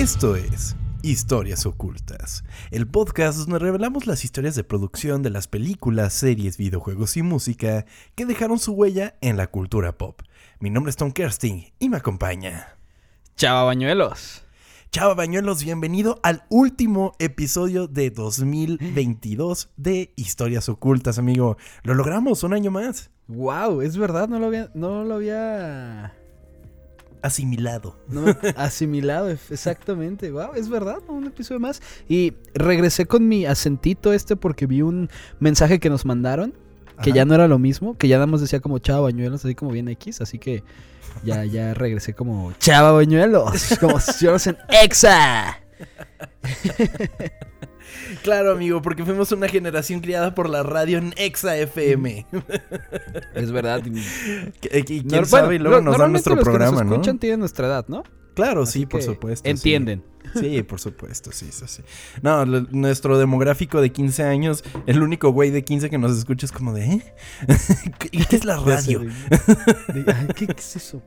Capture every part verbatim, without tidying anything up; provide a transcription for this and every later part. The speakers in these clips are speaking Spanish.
Esto es Historias Ocultas, el podcast donde revelamos las historias de producción de las películas, series, videojuegos y música que dejaron su huella en la cultura pop. Mi nombre es Tom Kersting y me acompaña Chava Bañuelos. Chava Bañuelos, bienvenido al último episodio de dos mil veintidós de Historias Ocultas, amigo. Lo logramos, un año más. Wow, es verdad, no lo había, no lo había asimilado. No, asimilado, exactamente. Wow, es verdad, ¿no? Un episodio más. Y regresé con mi acentito este porque vi un mensaje que nos mandaron que Ajá. ya no era lo mismo, que ya nada más decía como Chava Bañuelos, así como bien X, así que ya, ya regresé como Chava Bañuelos, como si fuéramos en Exa. Claro, amigo, porque fuimos una generación criada por la radio en Exa F M. Es verdad. ¿Quién no, sabe? Bueno, y luego nos dan nuestro los programa, que nos ¿no? escuchan tienen nuestra edad, ¿no? Claro, Así sí, por supuesto. Entienden. Sí, sí por supuesto, sí, sí, sí. No, lo, nuestro demográfico de quince años, el único güey de quince que nos escucha es como de, ¿eh? ¿Y qué es la radio? ¿Qué, ¿Qué es eso?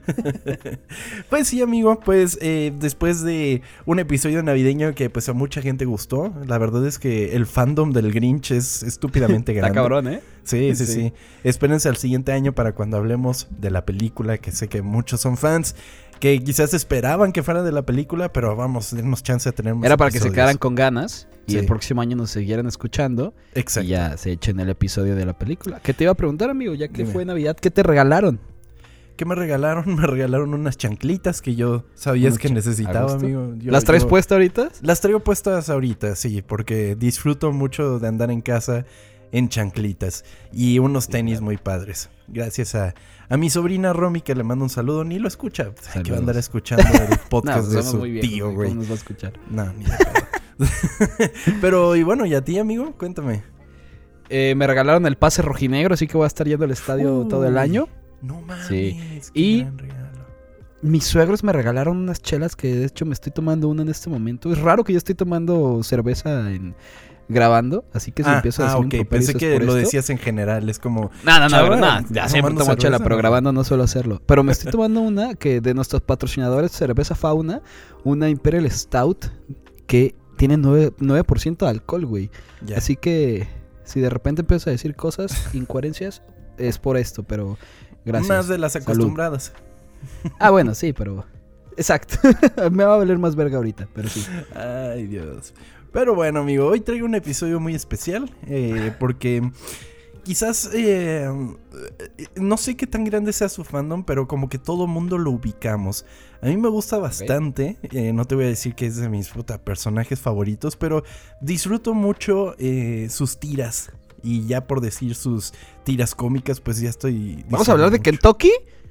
Pues sí, amigo, pues eh, después de un episodio navideño que pues a mucha gente gustó, la verdad es que el fandom del Grinch es estúpidamente grande. Está cabrón, ¿eh? Sí, sí, sí, sí. Espérense al siguiente año para cuando hablemos de la película, que sé que muchos son fans, que quizás esperaban que fuera de la película, pero vamos, denos chance de tener más Era para episodios. Que se quedaran con ganas y sí. el próximo año nos siguieran escuchando. Exacto. Y ya se echen el episodio de la película. ¿Qué te iba a preguntar, amigo? Ya que Dime. fue Navidad, ¿qué te regalaron? ¿Qué me regalaron? Me regalaron unas chanclitas que yo sabías Mucho. que necesitaba, amigo. Yo, ¿Las traes yo... puestas ahorita? Las traigo puestas ahorita, sí, porque disfruto mucho de andar en casa en chanclitas y unos tenis muy padres. Gracias a, a mi sobrina Romy, que le mando un saludo. Ni lo escucha, Ay, que va a andar escuchando el podcast no, de su bien, tío, güey. ¿Cómo nos va a escuchar? No, ni de pedo. Pero, y bueno, ¿y a ti, amigo? Cuéntame. Eh, me regalaron el pase rojinegro, así que voy a estar yendo al estadio Uy. todo el año. No mames, sí. qué y gran regalo. Mis suegros me regalaron unas chelas que de hecho me estoy tomando una en este momento. Es raro que yo estoy tomando cerveza en grabando, así que si ah, empiezo a decir ah, un ok, pensé que lo esto. decías en general, es como No, no, no, no, no, ya siempre tomo chela, pero no. grabando no suelo hacerlo. Pero me estoy tomando una que de nuestros patrocinadores Cerveza Fauna, una Imperial Stout que tiene nueve por ciento de alcohol, güey. Yeah. Así que si de repente empiezo a decir cosas, incoherencias, es por esto, pero gracias. Más de las acostumbradas. Salud. Ah, bueno, sí, pero... Exacto. Me va a valer más verga ahorita, pero sí. Ay, Dios. Pero bueno, amigo, hoy traigo un episodio muy especial, eh, porque quizás, eh, no sé qué tan grande sea su fandom, pero como que todo mundo lo ubicamos. A mí me gusta bastante, okay. eh, no te voy a decir que es de mis puta, personajes favoritos, pero disfruto mucho eh, sus tiras. Y ya por decir sus tiras cómicas, pues ya estoy... ¿Vamos a hablar mucho. de Kentucky?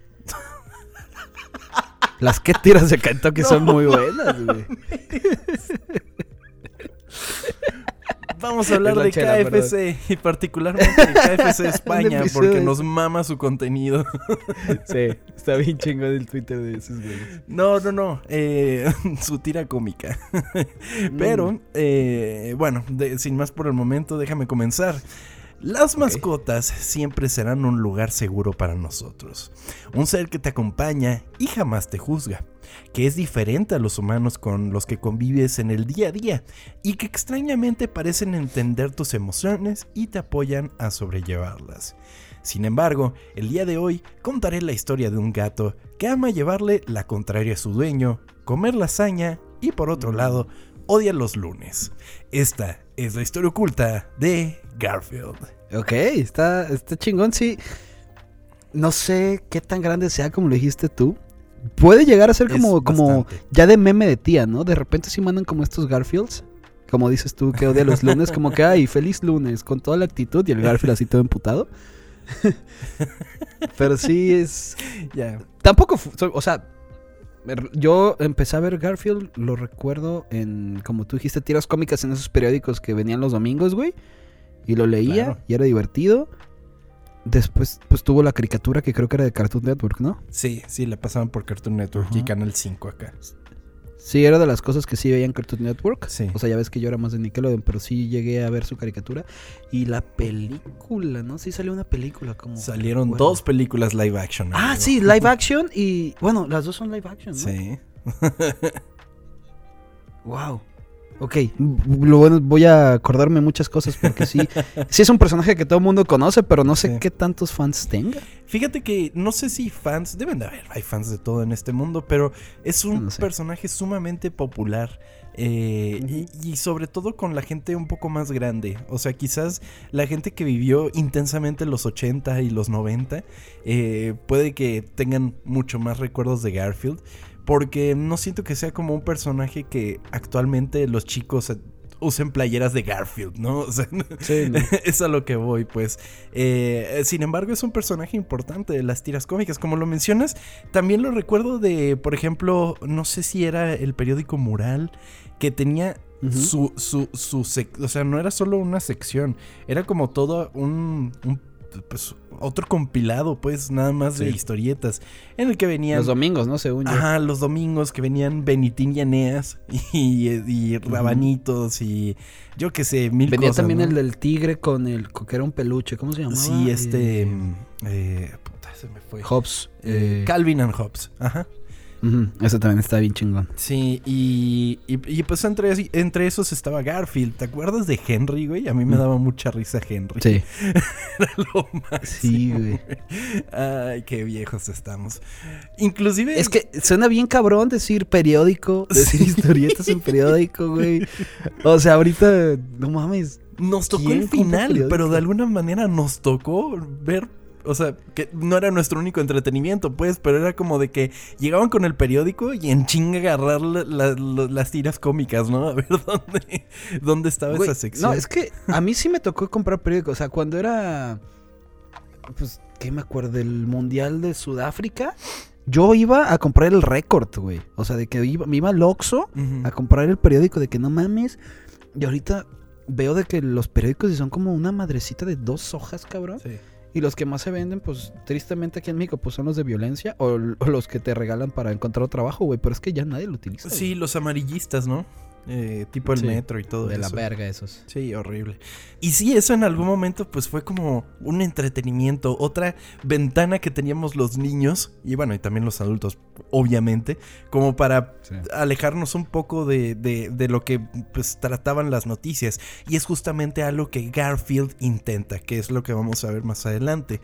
Las que tiras de Kentucky no, son muy buenas, güey. Vamos a hablar de chela, K F C perdón. Y particularmente de K F C España porque nos mama su contenido. Sí, está bien chingón el Twitter de esos güeyes. No, no, no, eh, su tira cómica. Pero, mm. eh, bueno, de, sin más por el momento, déjame comenzar. Las okay. mascotas siempre serán un lugar seguro para nosotros. Un ser que te acompaña y jamás te juzga. Que es diferente a los humanos con los que convives en el día a día y que extrañamente parecen entender tus emociones y te apoyan a sobrellevarlas. Sin embargo, el día de hoy contaré la historia de un gato que ama llevarle la contraria a su dueño, comer lasaña y por otro lado, odia los lunes. Esta es la historia oculta de Garfield. Ok, está, está chingón, sí. No sé qué tan grande sea como lo dijiste tú. Puede llegar a ser como, como ya de meme de tía, ¿no? De repente sí mandan como estos Garfields, como dices tú, que odia los lunes, como que, ay, feliz lunes, con toda la actitud, y el Garfield así todo emputado. Pero sí es... Yeah. Tampoco, o sea, yo empecé a ver Garfield, lo recuerdo en, como tú dijiste, tiras cómicas en esos periódicos que venían los domingos, güey, y lo leía, claro. Y era divertido. Después, pues tuvo la caricatura que creo que era de Cartoon Network, ¿no? Sí, sí, la pasaban por Cartoon Network uh-huh. y Canal cinco acá. Sí, era de las cosas que sí veía en Cartoon Network. Sí. O sea, ya ves que yo era más de Nickelodeon, pero sí llegué a ver su caricatura. Y la película, ¿no? Sí salió una película como... Salieron bueno. dos películas live action. Ah, amigo. Sí, live action y... Bueno, las dos son live action, ¿no? Sí. Wow. Ok, lo bueno, voy a acordarme muchas cosas porque sí, sí es un personaje que todo el mundo conoce, pero no sé sí. qué tantos fans tenga. Fíjate que no sé si fans, deben de haber, hay fans de todo en este mundo, pero es un no sé. personaje sumamente popular. Eh, uh-huh. y, y sobre todo con la gente un poco más grande. O sea, quizás la gente que vivió intensamente los ochenta y los noventa eh, puede que tengan mucho más recuerdos de Garfield, porque no siento que sea como un personaje que actualmente los chicos usen playeras de Garfield, ¿no? O sea, sí, no. Es a lo que voy, pues. Eh, sin embargo, es un personaje importante de las tiras cómicas. Como lo mencionas, también lo recuerdo de, por ejemplo, no sé si era el periódico Mural, que tenía uh-huh. su, su, su, sec- o sea, no era solo una sección, era como todo un, un pues, otro compilado, pues, nada más sí. de historietas, en el que venían... Los domingos, ¿no? Según yo. Ajá, los domingos que venían Benitín y Eneas, y, y, y Rabanitos, uh-huh. y yo qué sé, mil Venía cosas, también ¿no? el del tigre con el, que era un peluche, ¿cómo se llamaba? Sí, este... Eh, eh, puta, se me fue. Hobbes. Eh, Calvin and Hobbes, ajá. Uh-huh. Eso también está bien chingón. Sí, y, y, y pues entre, entre esos estaba Garfield. ¿Te acuerdas de Henry, güey? A mí me daba mucha risa Henry. Sí. Era lo máximo. Sí, güey. Ay, qué viejos estamos. Inclusive... Es que suena bien cabrón decir periódico, decir sí. historietas en periódico, güey. O sea, ahorita, no mames. Nos tocó el final, pero de alguna manera nos tocó ver... O sea, que no era nuestro único entretenimiento, pues, pero era como de que llegaban con el periódico y en chinga agarrar la, la, la, las tiras cómicas, ¿no? A ver dónde, dónde estaba Güey, esa sección. No, es que a mí sí me tocó comprar periódicos. O sea, cuando era, pues, ¿qué me acuerdo? El Mundial de Sudáfrica, yo iba a comprar el Récord, güey. O sea, de que iba, me iba al Oxxo uh-huh. a comprar el periódico, de que no mames. Y ahorita veo de que los periódicos son como una madrecita de dos hojas, cabrón. Sí. Y los que más se venden, pues, tristemente aquí en México, pues son los de violencia o, o los que te regalan para encontrar trabajo, güey. Pero es que ya nadie lo utiliza. Sí, güey. Los amarillistas, ¿no? Eh, tipo el sí, metro y todo de eso. De la verga esos. Sí, horrible. Y sí, eso en algún momento pues fue como un entretenimiento, otra ventana que teníamos los niños y bueno, y también los adultos, obviamente, como para sí. alejarnos un poco de, de, de lo que pues trataban las noticias. Y es justamente algo que Garfield intenta, que es lo que vamos a ver más adelante.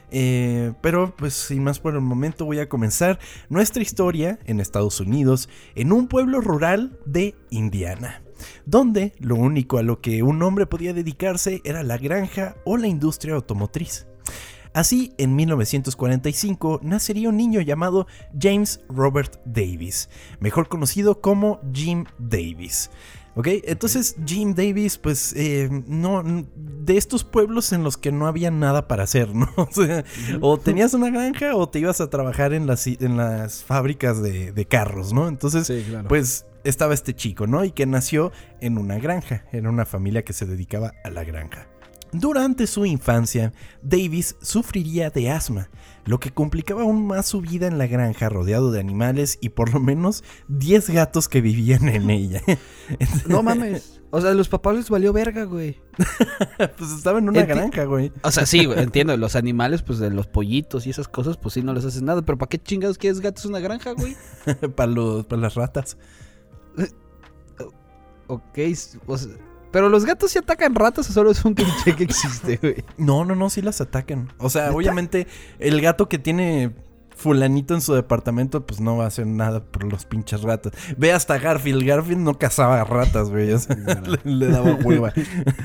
Eh, pero pues sin más por el momento voy a comenzar nuestra historia en Estados Unidos, en un pueblo rural de Indiana, donde lo único a lo que un hombre podía dedicarse era la granja o la industria automotriz. Así, en mil novecientos cuarenta y cinco nacería un niño llamado James Robert Davis, mejor conocido como Jim Davis. ¿Ok? Entonces Jim Davis, pues, eh, no, de estos pueblos en los que no había nada para hacer, ¿no? O sea, o tenías una granja o te ibas a trabajar en las, en las fábricas de, de carros, ¿no? Entonces, sí, claro. Pues, estaba este chico, ¿no? Y que nació en una granja, en una familia que se dedicaba a la granja. Durante su infancia, Davis sufriría de asma, lo que complicaba aún más su vida en la granja rodeado de animales y por lo menos diez gatos que vivían en ella. No mames, o sea, los papás les valió verga, güey. Pues estaba en una Enti- granja, güey. O sea, sí, güey, entiendo, los animales, pues de los pollitos y esas cosas, pues sí, no les haces nada, pero ¿para qué chingados quieres gatos en una granja, güey? Para los, para las ratas. Ok, o sea... Pero los gatos sí atacan ratas o solo es un cliché que existe, güey. No, no, no, sí las atacan. O sea, ¿está? Obviamente el gato que tiene fulanito en su departamento, pues no va a hacer nada por los pinches ratas. Ve hasta Garfield. Garfield no cazaba ratas, güey. O sea, le, le daba hueva.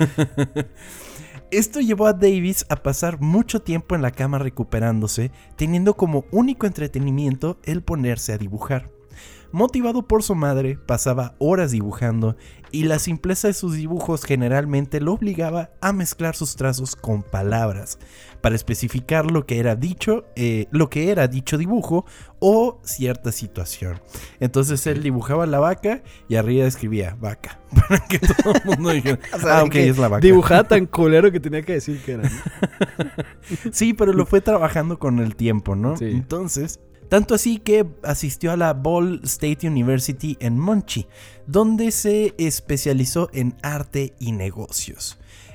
Esto llevó a Davis a pasar mucho tiempo en la cama recuperándose, teniendo como único entretenimiento el ponerse a dibujar. Motivado por su madre, pasaba horas dibujando y la simpleza de sus dibujos generalmente lo obligaba a mezclar sus trazos con palabras para especificar lo que era dicho, eh, lo que era dicho dibujo o cierta situación. Entonces él dibujaba la vaca y arriba escribía vaca para que todo el mundo dijera, o sea, ah, ok, es la vaca. Dibujaba tan culero que tenía que decir que era, ¿no? Sí, pero lo fue trabajando con el tiempo, ¿no? Sí. Entonces... Tanto así que asistió a la Ball State University en Muncie, donde se especializó en arte y negocios.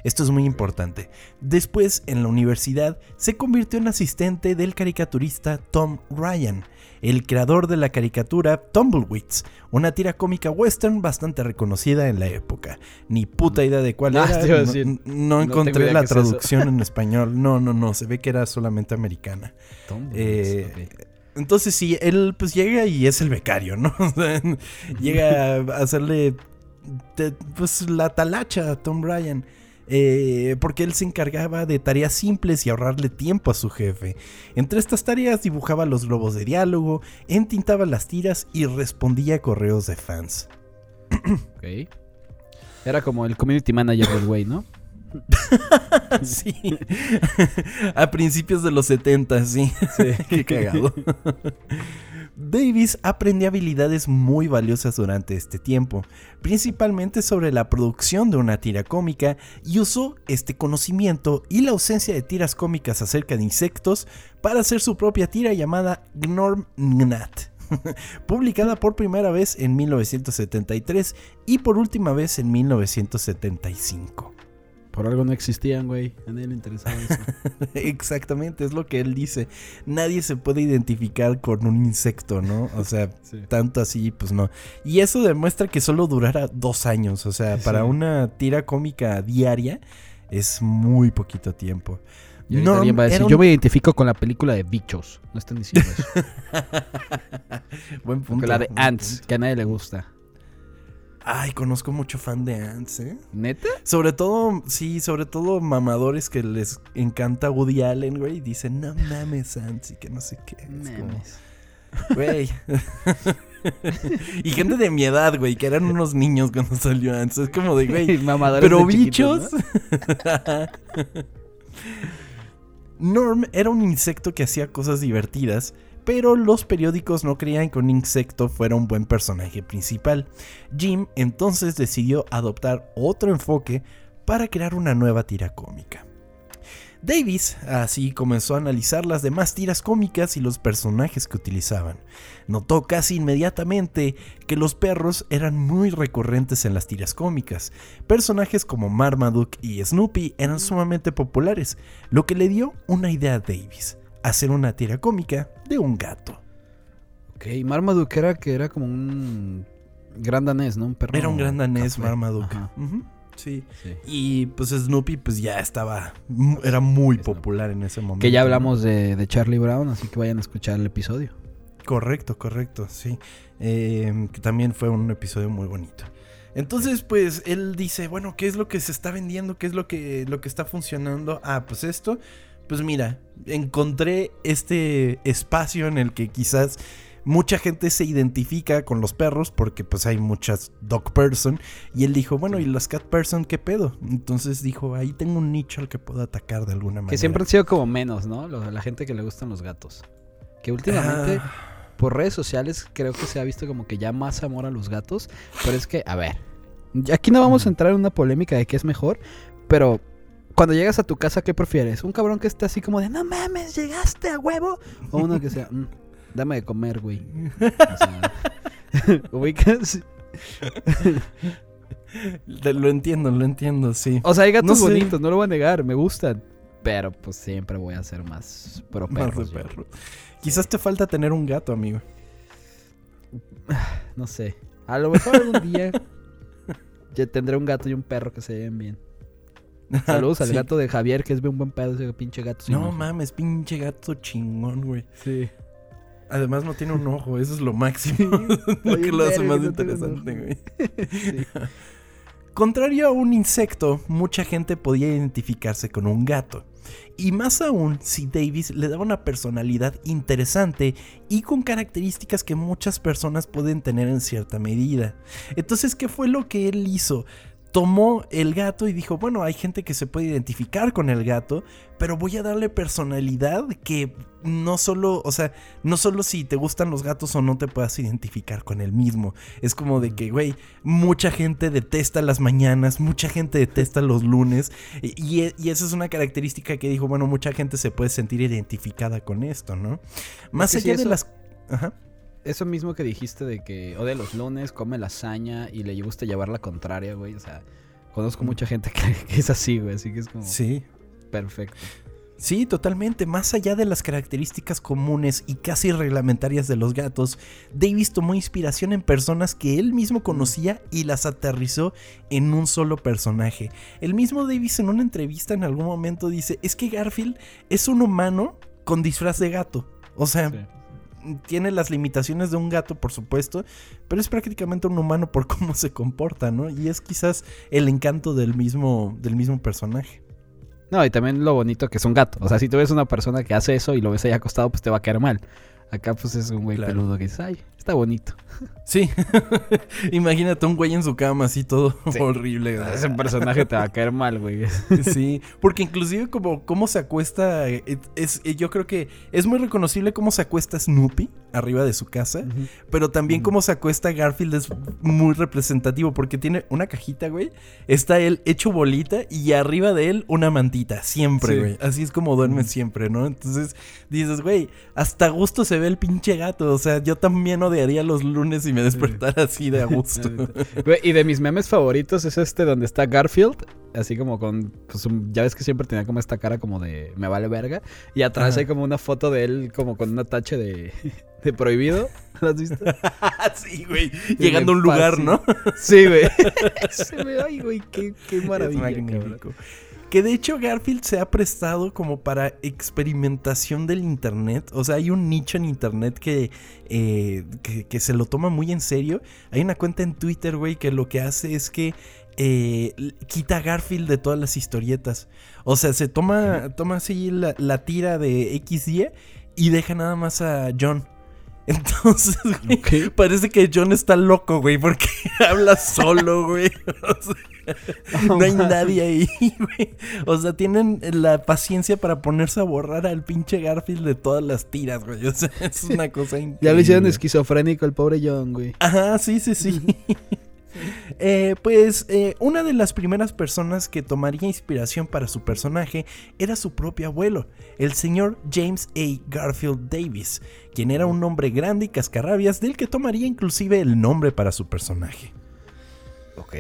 Esto es muy importante. Después, en la universidad, se convirtió en asistente del caricaturista Tom Ryan, el creador de la caricatura Tumbleweeds, una tira cómica western bastante reconocida en la época. Ni puta idea de cuál Ah, era, te iba a no, decir, no no encontré tengo idea la qué es traducción en español. No, no, no, se ve que era solamente americana. Eh, ok. entonces sí, él pues llega y es el becario, ¿no? O sea, llega a hacerle te- pues la talacha a Tom Ryan. Eh, porque él se encargaba de tareas simples y ahorrarle tiempo a su jefe. Entre estas tareas dibujaba los globos de diálogo, entintaba las tiras y respondía a correos de fans. Ok. Era como el community manager del güey, ¿no? Sí. A principios de los setenta, sí. Sí. Qué cagado. Davis aprendió habilidades muy valiosas durante este tiempo, principalmente sobre la producción de una tira cómica, y usó este conocimiento y la ausencia de tiras cómicas acerca de insectos para hacer su propia tira llamada Gnorm Gnat, publicada por primera vez en mil novecientos setenta y tres y por última vez en mil novecientos setenta y cinco. Por algo no existían, güey. A nadie le interesaba eso. Exactamente, es lo que él dice. Nadie se puede identificar con un insecto, ¿no? O sea, Sí. tanto así, pues no. Y eso demuestra que solo durara dos años. O sea, para Sí. una tira cómica diaria es muy poquito tiempo. Y ahorita Norm alguien va a decir, era un- yo me identifico con la película de Bichos. No están diciendo eso. Buen punto. Con la de buen Ants, punto. que a nadie le gusta. Ay, conozco mucho fan de Ants, ¿eh? ¿Neta? Sobre todo, sí, sobre todo mamadores que les encanta Woody Allen, güey. Y dicen, no mames, Ants, y que no sé qué. Es como, Memes. güey. Y gente de mi edad, güey, que eran unos niños cuando salió Ants. Es como de, güey, Mamadores pero de chiquitos, bichos. Norm era un insecto que hacía cosas divertidas, pero los periódicos no creían que un insecto fuera un buen personaje principal. Jim entonces decidió adoptar otro enfoque para crear una nueva tira cómica. Davis así comenzó a analizar las demás tiras cómicas y los personajes que utilizaban. Notó casi inmediatamente que los perros eran muy recurrentes en las tiras cómicas. Personajes como Marmaduke y Snoopy eran sumamente populares, lo que le dio una idea a Davis: hacer una tira cómica de un gato. Ok, Marmaduke era que era como un gran danés, ¿no? Un perro. Era un gran danés, café. Marmaduke. Ajá. Ujú, sí. Sí. Y pues Snoopy pues ya estaba, era muy Snoopy. popular en ese momento. Que ya ¿no? hablamos de, de Charlie Brown, así que vayan a escuchar el episodio. Correcto, correcto, sí. Eh, que también fue un episodio muy bonito. Entonces, pues, él dice, bueno, ¿qué es lo que se está vendiendo? ¿Qué es lo que, lo que está funcionando? Ah, pues esto. Pues mira, encontré este espacio en el que quizás mucha gente se identifica con los perros, porque pues hay muchas dog person. Y él dijo, bueno, ¿y las cat person qué pedo? Entonces dijo, ahí tengo un nicho al que puedo atacar de alguna manera. Que siempre han sido como menos, ¿no? Lo- la gente que le gustan los gatos. Que últimamente, Ah. por redes sociales, creo que se ha visto como que ya más amor a los gatos. Pero es que, a ver, aquí no vamos a entrar en una polémica de qué es mejor, pero cuando llegas a tu casa, ¿qué prefieres? ¿Un cabrón que esté así como de, no mames, llegaste a huevo? O uno que sea, "Mm, dame de comer, güey. O sea, ubicas. Te- Lo entiendo, lo entiendo, sí. O sea, hay gatos No sé. bonitos, no lo voy a negar, me gustan. Pero pues siempre voy a ser más pro Más de perros. yo. perro. Quizás te falta tener un gato, amigo. No sé. A lo mejor algún día ya tendré un gato y un perro que se lleven bien. Saludos al Sí. gato de Javier, que es un buen pedo ese pinche gato. sin No ojo. mames, pinche gato chingón, güey. Sí. Además no tiene un ojo, eso es lo máximo. Lo que bien lo hace verga más que no tenga un interesante, ojo. güey. Sí. Contrario a un insecto, mucha gente podía identificarse con un gato. Y más aún si Davis le daba una personalidad interesante y con características que muchas personas pueden tener en cierta medida. Entonces, ¿qué fue lo que él hizo? Tomó el gato y dijo, bueno, hay gente que se puede identificar con el gato, pero voy a darle personalidad que no solo, o sea, no solo si te gustan los gatos o no te puedas identificar con el mismo. Es como de que, güey, mucha gente detesta las mañanas, mucha gente detesta los lunes, y, y esa es una característica que dijo, bueno, mucha gente se puede sentir identificada con esto, ¿no? Más que sí, allá de eso- las... Ajá. Eso mismo que dijiste de que o de los lunes come lasaña y le gusta llevar la contraria, güey. O sea, Conozco mucha gente que, que es así, güey, así que es como... Sí. Perfecto. Sí, totalmente. Más allá de las características comunes y casi reglamentarias de los gatos, Davis tomó inspiración en personas que él mismo conocía y las aterrizó en un solo personaje. El mismo Davis en una entrevista en algún momento dice, es que Garfield es un humano con disfraz de gato. O sea, sí. Tiene las limitaciones de un gato, por supuesto, pero es prácticamente un humano por cómo se comporta, ¿no? Y es quizás el encanto del mismo, del mismo personaje. No, y también lo bonito que es un gato. O sea, si tú ves una persona que hace eso y lo ves ahí acostado, pues te va a caer mal. Acá pues es un güey claro. peludo que dices, ay, está bonito. Sí, imagínate un güey en su cama así todo sí. horrible. Ese personaje te va a caer mal, güey. Sí, porque inclusive como cómo se acuesta, es, es, yo creo que es muy reconocible cómo se acuesta Snoopy arriba de su casa, uh-huh. pero también uh-huh. cómo se acuesta Garfield es muy representativo porque tiene una cajita, güey, está él hecho bolita y arriba de él una mantita, siempre, güey. Sí. Así es como duerme uh-huh. siempre, ¿no? Entonces dices, güey, hasta a gusto se ve el pinche gato, o sea, yo también odiaría los lunes y me despertara así de a gusto. Y de mis memes favoritos es este donde está Garfield, así como con, pues un, ya ves que siempre tenía como esta cara como de me vale verga, y atrás Ajá. hay como una foto de él como con una tache de, de prohibido. ¿Lo has visto? Sí, güey, llegando a un lugar, fácil. ¿no? Sí, güey. Se ve, ay, güey, qué, qué maravilla. Es magnífico. Que de hecho Garfield se ha prestado como para experimentación del internet. O sea, hay un nicho en internet que, eh, que, que se lo toma muy en serio. Hay una cuenta en Twitter, güey, que lo que hace es que eh, quita a Garfield de todas las historietas. O sea, se toma, toma así la, la tira de equis y y deja nada más a John. Entonces, güey, okay. parece que John está loco, güey, porque habla solo, güey. O sea, oh, no hay man. nadie ahí, güey. O sea, tienen la paciencia para ponerse a borrar al pinche Garfield de todas las tiras, güey. O sea, es una cosa increíble. Ya lo hicieron esquizofrénico el pobre John, güey. Ajá, sí, sí, sí. Eh, pues eh, una de las primeras personas que tomaría inspiración para su personaje era su propio abuelo, el señor James A. Garfield Davis, quien era un hombre grande y cascarrabias del que tomaría inclusive el nombre para su personaje. Ok.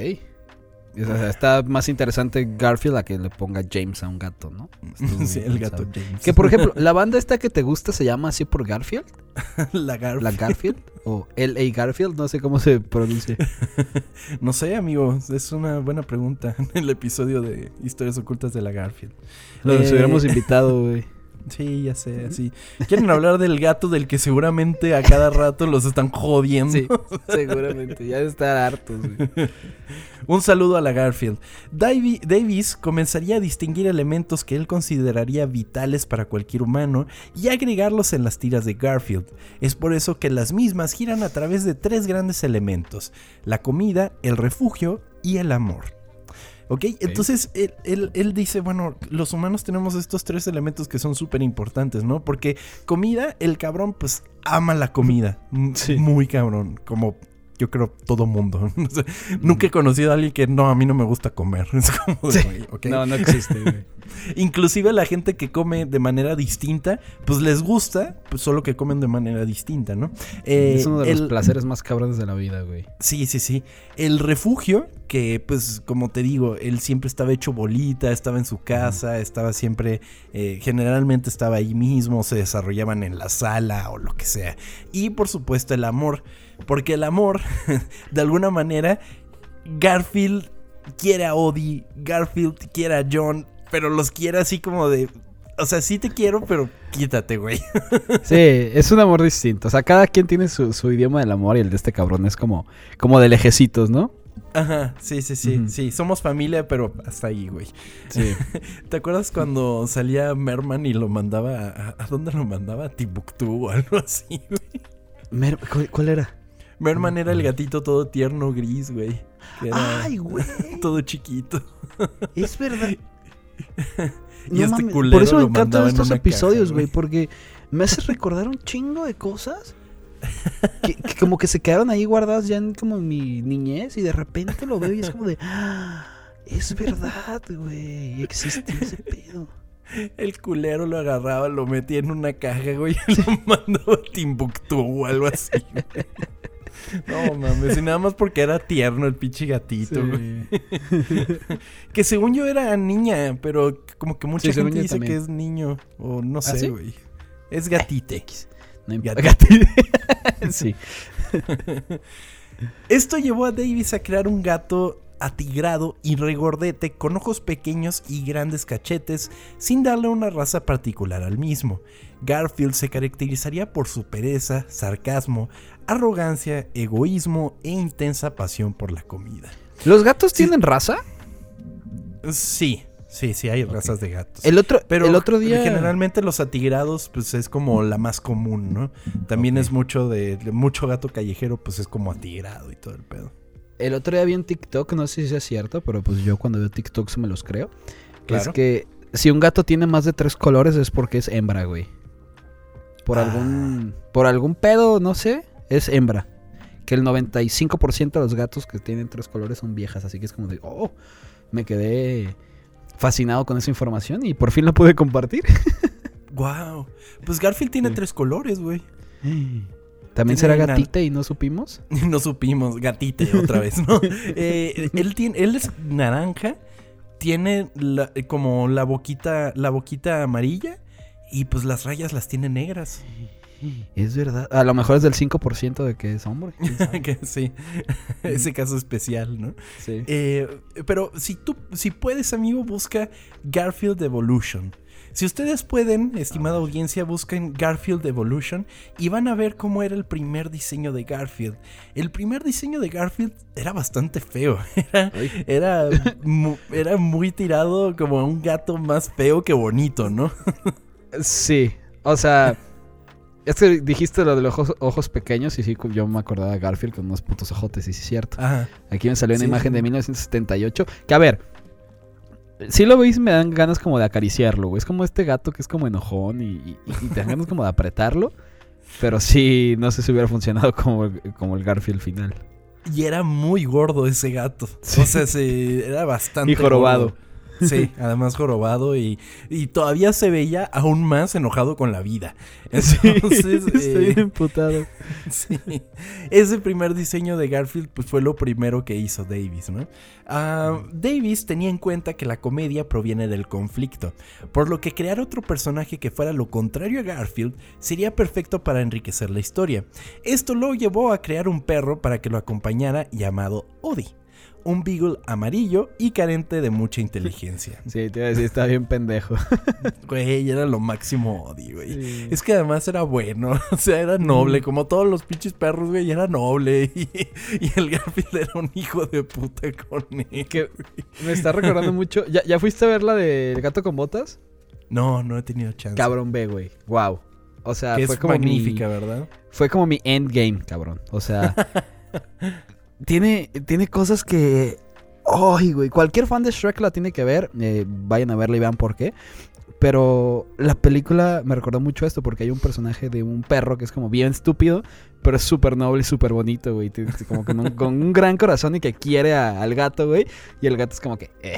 O sea, está más interesante Garfield a que le ponga James a un gato, ¿no? Sí, el gato James. Que por ejemplo, ¿la banda esta que te gusta se llama así por Garfield? La Garfield. ¿La Garfield? ¿O L A Garfield? No sé cómo se pronuncia. No sé, amigo. Es una buena pregunta en el episodio de Historias Ocultas de la Garfield. Los eh... hubiéramos invitado, güey. Sí, ya sé, así. Quieren hablar del gato del que seguramente a cada rato los están jodiendo. Sí, seguramente. Ya de estar hartos, güey. Un saludo a la Garfield. Davy, Davis comenzaría a distinguir elementos que él consideraría vitales para cualquier humano y agregarlos en las tiras de Garfield. Es por eso que las mismas giran a través de tres grandes elementos: la comida, el refugio y el amor. ¿Okay? Okay. Entonces él, él, él dice, bueno, los humanos tenemos estos tres elementos que son súper importantes, ¿no? Porque comida, el cabrón pues ama la comida, sí. Muy cabrón, como yo creo todo mundo. O sea, mm. Nunca he conocido a alguien que no, a mí no me gusta comer. Es como, sí. güey, ¿okay? No, no existe, güey. Inclusive la gente que come de manera distinta, pues les gusta, pues solo que comen de manera distinta, ¿no? Eh, es uno de el, los placeres más cabrones de la vida, güey. Sí, sí, sí. El refugio, que pues como te digo, él siempre estaba hecho bolita, estaba en su casa, uh-huh. estaba siempre, eh, generalmente estaba ahí mismo, se desarrollaban en la sala o lo que sea. Y por supuesto el amor, porque el amor, de alguna manera, Garfield quiere a Odie, Garfield quiere a John, pero los quiere así como de... O sea, sí te quiero, pero quítate, güey. Sí, es un amor distinto. O sea, cada quien tiene su, su idioma del amor y el de este cabrón es como, como de lejecitos, ¿no? Ajá, sí, sí, sí. Uh-huh. Sí, somos familia, pero hasta ahí, güey. Sí. ¿Te acuerdas cuando salía Merman y lo mandaba a... ¿A dónde lo mandaba? ¿A Timbuktu o algo así, güey? Mer- ¿cuál, ¿Cuál era? Merman era el gatito todo tierno, gris, güey. ¡Ay, güey! Todo chiquito. Es verdad. Y no, este mami, culero por eso me lo encantan estos episodios, caja, güey, porque me hace recordar un chingo de cosas que, que como que se quedaron ahí guardadas ya en como mi niñez y de repente lo veo y es como de... ¡Ah! Es verdad, güey, existe ese pedo. El culero lo agarraba, lo metía en una caja, güey, y lo mandaba a Timbuktu o algo así, güey. No mames, y nada más porque era tierno el pinche gatito, Sí. güey. Que según yo era niña, pero como que mucha Sí, según gente yo dice también. que es niño. O no ¿Ah, sé, sí? güey. Es gatite. No Gatito. importa. Sí. Esto llevó a Davis a crear un gato atigrado y regordete con ojos pequeños y grandes cachetes, sin darle una raza particular al mismo. Garfield se caracterizaría por su pereza, sarcasmo, arrogancia, egoísmo e intensa pasión por la comida. ¿Los gatos Sí. tienen raza? Sí, sí, sí hay razas de gatos. El otro, Pero el otro día... generalmente los atigrados pues es como la más común, ¿no? También Ok. es mucho de, de mucho gato callejero, pues es como atigrado y todo el pedo. El otro día vi en TikTok, no sé si es cierto, pero pues yo cuando veo TikToks me los creo. Claro. Es que si un gato tiene más de tres colores es porque es hembra, güey. Por Ah. algún por algún pedo, no sé, es hembra. Que el noventa y cinco por ciento de los gatos que tienen tres colores son viejas, así que es como de, oh, me quedé fascinado con esa información y por fin la pude compartir. Wow. Pues Garfield tiene Sí. tres colores, güey. ¿También Tiene será una- gatita y no supimos? No supimos, gatite otra vez, ¿no? Eh, él tiene, él es naranja, tiene la- como la boquita, la boquita amarilla y pues las rayas las tiene negras. Es verdad. A lo mejor es del cinco por ciento de que es hombre. ¿quién sabe? Que sí, ese caso especial, ¿no? Sí. Eh, pero si tú, si puedes, amigo, busca Garfield Evolution. Si ustedes pueden, estimada audiencia, busquen Garfield Evolution y van a ver cómo era el primer diseño de Garfield. El primer diseño de Garfield era bastante feo. Era, Ay. era, mu- era muy tirado como un gato más feo que bonito, ¿no? Sí, o sea, es que dijiste lo de los ojos, ojos pequeños y sí, yo me acordaba de Garfield con unos putos ojotes, y sí es cierto. Ajá. Aquí me salió una Sí, imagen sí. de mil novecientos setenta y ocho, que a ver, si lo veis me dan ganas como de acariciarlo, güey. Es como este gato que es como enojón y, y, y te dan ganas como de apretarlo, pero sí, no sé si hubiera funcionado como, el- como el Garfield final. Y era muy gordo ese gato. Sí. O sea, se, era bastante Y jorobado. gordo. Sí, además jorobado y, y todavía se veía aún más enojado con la vida. Entonces, Estoy eh, bien emputado. sí, ese primer diseño de Garfield pues, fue lo primero que hizo Davis, ¿no? Ah, Davis tenía en cuenta que la comedia proviene del conflicto, por lo que crear otro personaje que fuera lo contrario a Garfield sería perfecto para enriquecer la historia. Esto lo llevó a crear un perro para que lo acompañara llamado Odie. Un beagle amarillo y carente de mucha inteligencia. Sí, te iba a decir, está bien pendejo. Güey, era lo máximo Odie, güey. Sí. Es que además era bueno, o sea, era noble, como todos los pinches perros, güey, era noble. Y, y el Garfield era un hijo de puta con él. Que me está recordando mucho. ¿Ya, ¿Ya fuiste a ver la del gato con botas? No, no he tenido chance. Cabrón B, güey. Wow. O sea, Que fue es como magnífica, mi, ¿verdad? fue como mi endgame, cabrón. O sea, tiene, tiene cosas que... ¡Ay, güey! Cualquier fan de Shrek la tiene que ver. Eh, vayan a verla y vean por qué. Pero la película me recordó mucho esto porque hay un personaje de un perro que es como bien estúpido, pero es súper noble y súper bonito, güey. Tiene- Como con un, con un gran corazón y que quiere a- al gato, güey. Y el gato es como que, eh.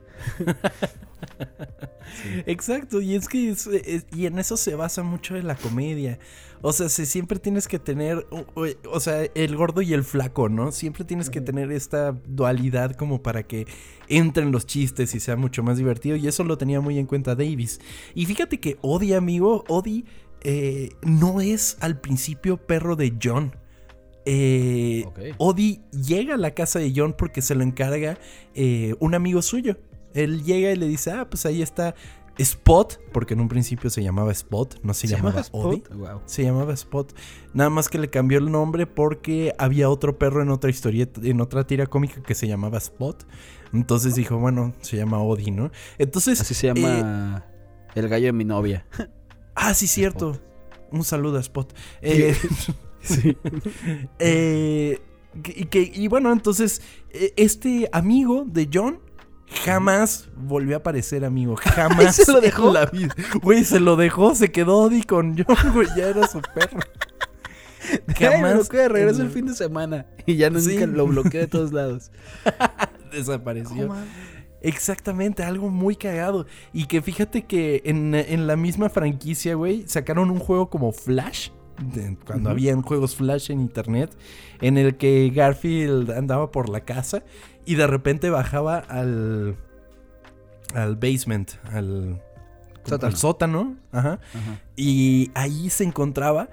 Exacto, y es que es- es- y en eso se basa mucho en la comedia. O sea, si siempre tienes que tener, o, o- o sea, el gordo y el flaco, ¿no? Siempre tienes que tener esta dualidad como para que entren los chistes y sea mucho más divertido. Y eso lo tenía muy en cuenta Davis. Y fíjate que Odie, amigo, Odie eh, no es al principio perro de John. Eh, Ok. Odie llega a la casa de John porque se lo encarga eh, un amigo suyo. Él llega y le dice, ah, pues ahí está Spot, porque en un principio se llamaba Spot, no se, llamaba Odie. Wow. Se llamaba Spot. Nada más que le cambió el nombre porque había otro perro en otra historieta, en otra tira cómica que se llamaba Spot. Entonces dijo, bueno, se llama Odie, ¿no? Entonces... Así se eh, llama el gallo de mi novia. ah, sí, cierto. Un saludo a Spot. Eh, Sí. eh, que, que- y bueno, entonces, eh, este amigo de John jamás volvió a aparecer, amigo. Jamás. ¿Se lo dejó? en la vida. Güey, se lo dejó, se quedó Odie con John, güey, ya era su perro. Jamás. Que regreso en el la- fin de semana. Y ya nunca Sí. lo bloqueé de todos lados. desapareció. Exactamente, algo muy cagado. Y que fíjate que en, en la misma franquicia, güey, sacaron un juego como Flash de, cuando Uh-huh. habían juegos Flash en internet, en el que Garfield andaba por la casa y de repente bajaba al al basement, al Sótano. al sótano, ajá, Ajá. y ahí se encontraba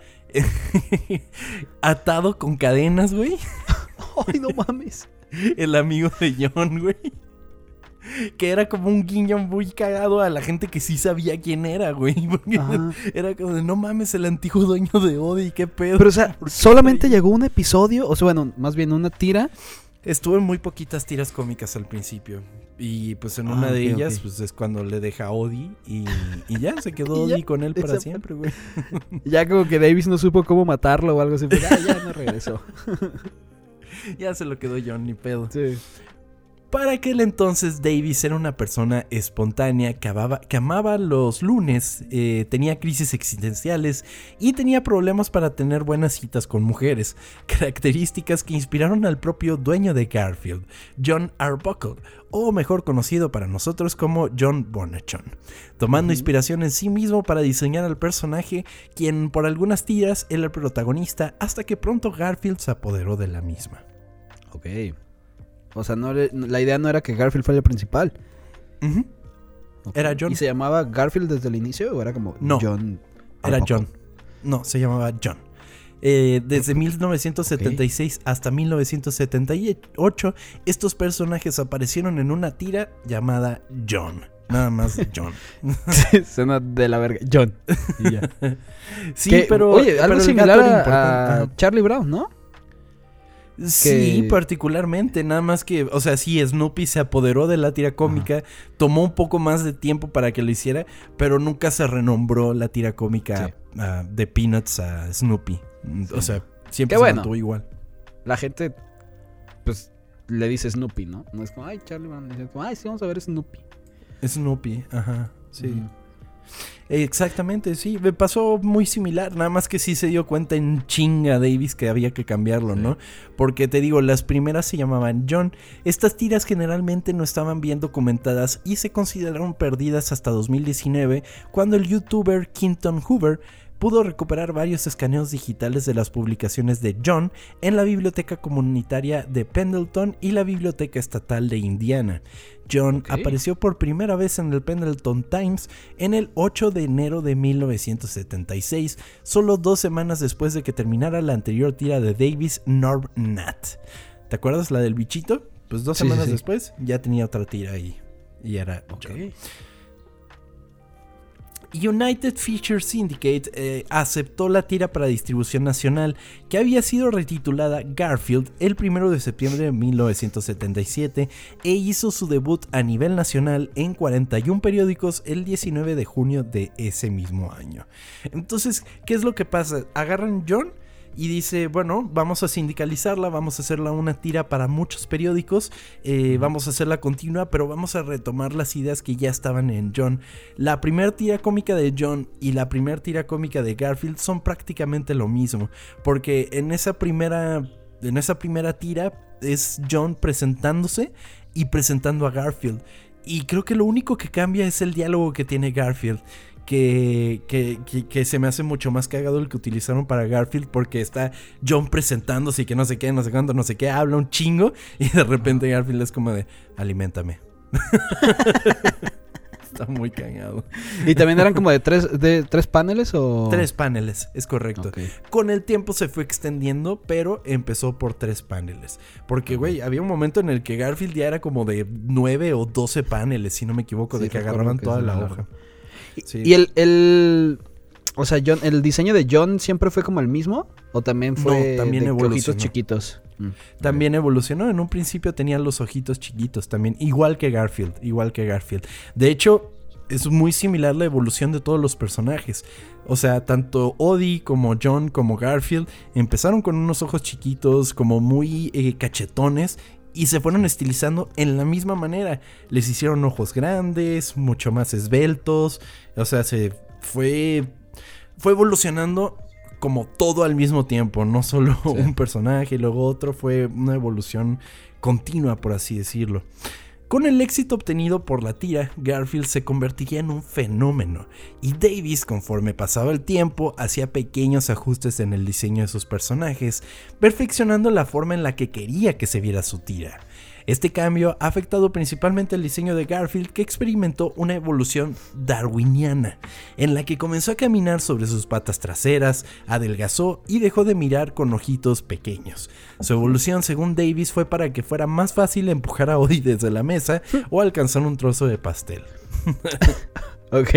atado con cadenas, güey, Ay, no mames. el amigo de John, güey. Que era como un guiño muy cagado a la gente que sí sabía quién era, güey. Porque Ajá. era como de, no mames, el antiguo dueño de Odie, qué pedo. Pero, o sea, ¿Por qué solamente está ahí? llegó un episodio, o sea, bueno, más bien una tira. Estuvo en muy poquitas tiras cómicas al principio. Y pues en Ah, una de ok, ellas, ok. pues es cuando le deja a Odie. Y, y ya se quedó Y ya, Odie con él para esa- siempre, güey. Ya como que Davis no supo cómo matarlo o algo así. Pues, ah, ya no regresó. Ya se lo quedó John, ni pedo. Sí. Para aquel entonces, Davis era una persona espontánea que amaba, que amaba los lunes, eh, tenía crisis existenciales y tenía problemas para tener buenas citas con mujeres, características que inspiraron al propio dueño de Garfield, John Arbuckle, o mejor conocido para nosotros como John Bonachon, tomando Ujú. inspiración en sí mismo para diseñar al personaje, quien por algunas tiras era el protagonista, hasta que pronto Garfield se apoderó de la misma. Ok. O sea, no le- la idea no era que Garfield fuera el principal. Ujú. Ok. Era John. ¿Y se llamaba Garfield desde el inicio o era como No. John? Era Arbuckle? John. No, se llamaba John. Eh, desde mil novecientos setenta y seis hasta mil novecientos setenta y ocho, estos personajes aparecieron en una tira llamada John. Nada más John. Suena de la verga. John. Y ya. Sí, Que, pero. Oye, algo pero el similar gato era a, importante. a Charlie Brown, ¿no? Sí, que- particularmente, nada más que, o sea, sí, Snoopy se apoderó de la tira cómica, tomó un poco más de tiempo para que lo hiciera, pero nunca se renombró la tira cómica Sí. ah, de Peanuts a Snoopy. O sea, siempre Qué se bueno. mantuvo igual. La gente, pues, le dice Snoopy, ¿no? No es como, ay, Charlie Brown. Es como, ay, sí, vamos a ver Snoopy. Snoopy, ajá, sí. Ujú. Exactamente, sí, me pasó muy similar, nada más que sí se dio cuenta en chinga Davis que había que cambiarlo, Sí. ¿no? Porque te digo, las primeras se llamaban John, estas tiras generalmente no estaban bien documentadas y se consideraron perdidas hasta dos mil diecinueve, cuando el youtuber Quinton Hoover pudo recuperar varios escaneos digitales de las publicaciones de John en la biblioteca comunitaria de Pendleton y la biblioteca estatal de Indiana. John Ok. apareció por primera vez en el Pendleton Times en el ocho de enero de mil novecientos setenta y seis, solo dos semanas después de que terminara la anterior tira de Davis, Norm Nat. ¿Te acuerdas la del bichito? Pues dos Sí, sí, semanas sí. después ya tenía otra tira ahí. Y era Ok. John. United Feature Syndicate eh, aceptó la tira para distribución nacional, que había sido retitulada Garfield el primero de septiembre de mil novecientos setenta y siete e hizo su debut a nivel nacional en cuarenta y un periódicos el diecinueve de junio de ese mismo año. Entonces, ¿qué es lo que pasa? Agarran John y dice, bueno, vamos a sindicalizarla, vamos a hacerla una tira para muchos periódicos, eh, Ujú. vamos a hacerla continua, pero vamos a retomar las ideas que ya estaban en John. La primera tira cómica de John y la primera tira cómica de Garfield son prácticamente lo mismo, porque en esa primera, en esa primera tira es John presentándose y presentando a Garfield. Y creo que lo único que cambia es el diálogo que tiene Garfield. Que, que, que, que se me hace mucho más cagado el que utilizaron para Garfield, porque está John presentándose y que no sé qué, no sé cuánto, no sé qué, habla un chingo y de repente Garfield es como de, aliméntame. Está muy cagado. ¿Y también eran como de tres, de tres paneles o...? Tres paneles, es correcto. Ok. Con el tiempo se fue extendiendo, pero empezó por tres paneles. Porque, güey, había un momento en el que Garfield ya era como de nueve o doce paneles, si no me equivoco, Sí, de que recuerdo agarraban que toda es la largo. hoja. Y, Sí. y el, el... O sea, John, ¿el diseño de John siempre fue como el mismo? ¿O también fue No, también de evolucionó. ojitos chiquitos? Mm, También evolucionó. En un principio tenía los ojitos chiquitos también. Igual que Garfield. Igual que Garfield. De hecho, es muy similar la evolución de todos los personajes. O sea, tanto Odie como John como Garfield empezaron con unos ojos chiquitos, como muy eh, cachetones. Y se fueron estilizando en la misma manera. Les hicieron ojos grandes, mucho más esbeltos. O sea, se fue... Fue evolucionando como todo al mismo tiempo, no solo Sí. un personaje y luego otro, fue una evolución continua, por así decirlo. Con el éxito obtenido por la tira, Garfield se convertiría en un fenómeno, y Davis, conforme pasaba el tiempo, hacía pequeños ajustes en el diseño de sus personajes, perfeccionando la forma en la que quería que se viera su tira. Este cambio ha afectado principalmente el diseño de Garfield, que experimentó una evolución darwiniana, en la que comenzó a caminar sobre sus patas traseras, adelgazó y dejó de mirar con ojitos pequeños. Su evolución, según Davis, fue para que fuera más fácil empujar a Odie desde la mesa o alcanzar un trozo de pastel. Ok.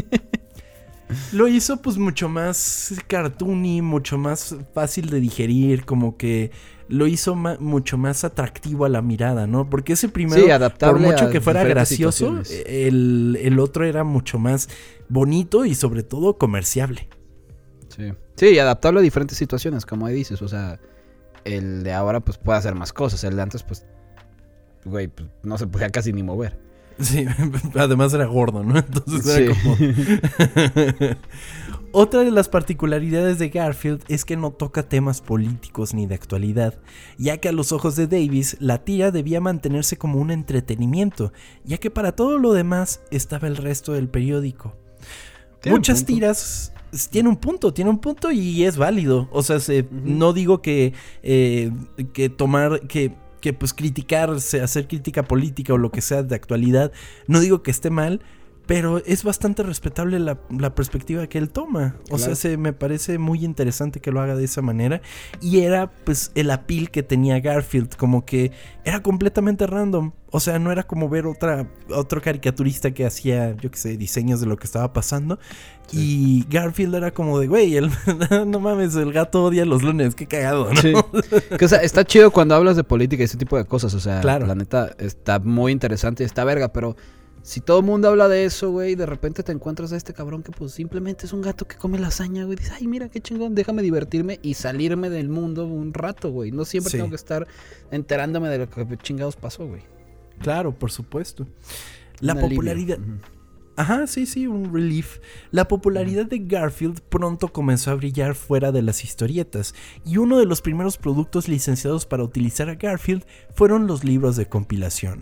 Lo hizo pues mucho más cartoony, mucho más fácil de digerir, como que lo hizo ma- mucho más atractivo a la mirada, ¿no? Porque ese primero, Sí, adaptable por mucho a que fuera gracioso, situaciones. el, el otro era mucho más bonito y sobre todo comerciable. Sí. Sí, adaptable a diferentes situaciones, como ahí dices. O sea, el de ahora pues puede hacer más cosas. El de antes pues, güey, pues, no se podía casi ni mover. Sí, además era gordo, ¿no? Entonces era Sí. como... Otra de las particularidades de Garfield es que no toca temas políticos ni de actualidad, ya que a los ojos de Davis la tira debía mantenerse como un entretenimiento, ya que para todo lo demás estaba el resto del periódico. Tiene un Muchas punto. tiras tiene un punto, tiene un punto y es válido. O sea, se, uh-huh. no digo que, eh, que tomar, que, que pues criticar, hacer crítica política o lo que sea de actualidad, no digo que esté mal, pero es bastante respetable la, la perspectiva que él toma. O claro. sea, se, me parece muy interesante que lo haga de esa manera. Y era pues el appeal que tenía Garfield, como que era completamente random. O sea, no era como ver otra otro caricaturista que hacía, yo qué sé, diseños de lo que estaba pasando. Sí. Y Garfield era como de, güey, el, no mames, el gato odia los lunes, qué cagado, ¿no? Sí. Que, o sea, está chido cuando hablas de política y ese tipo de cosas. O sea, claro. La neta está muy interesante y está verga, pero... Si todo el mundo habla de eso, güey, de repente te encuentras a este cabrón que pues simplemente es un gato que come lasaña, güey. Dices, ay, mira, qué chingón, déjame divertirme y salirme del mundo un rato, güey. No siempre sí. tengo que estar enterándome de lo que chingados pasó, güey. Claro, por supuesto. La un popularidad... Uh-huh. Ajá, sí, sí, un relief. La popularidad uh-huh. de Garfield pronto comenzó a brillar fuera de las historietas, y uno de los primeros productos licenciados para utilizar a Garfield fueron los libros de compilación.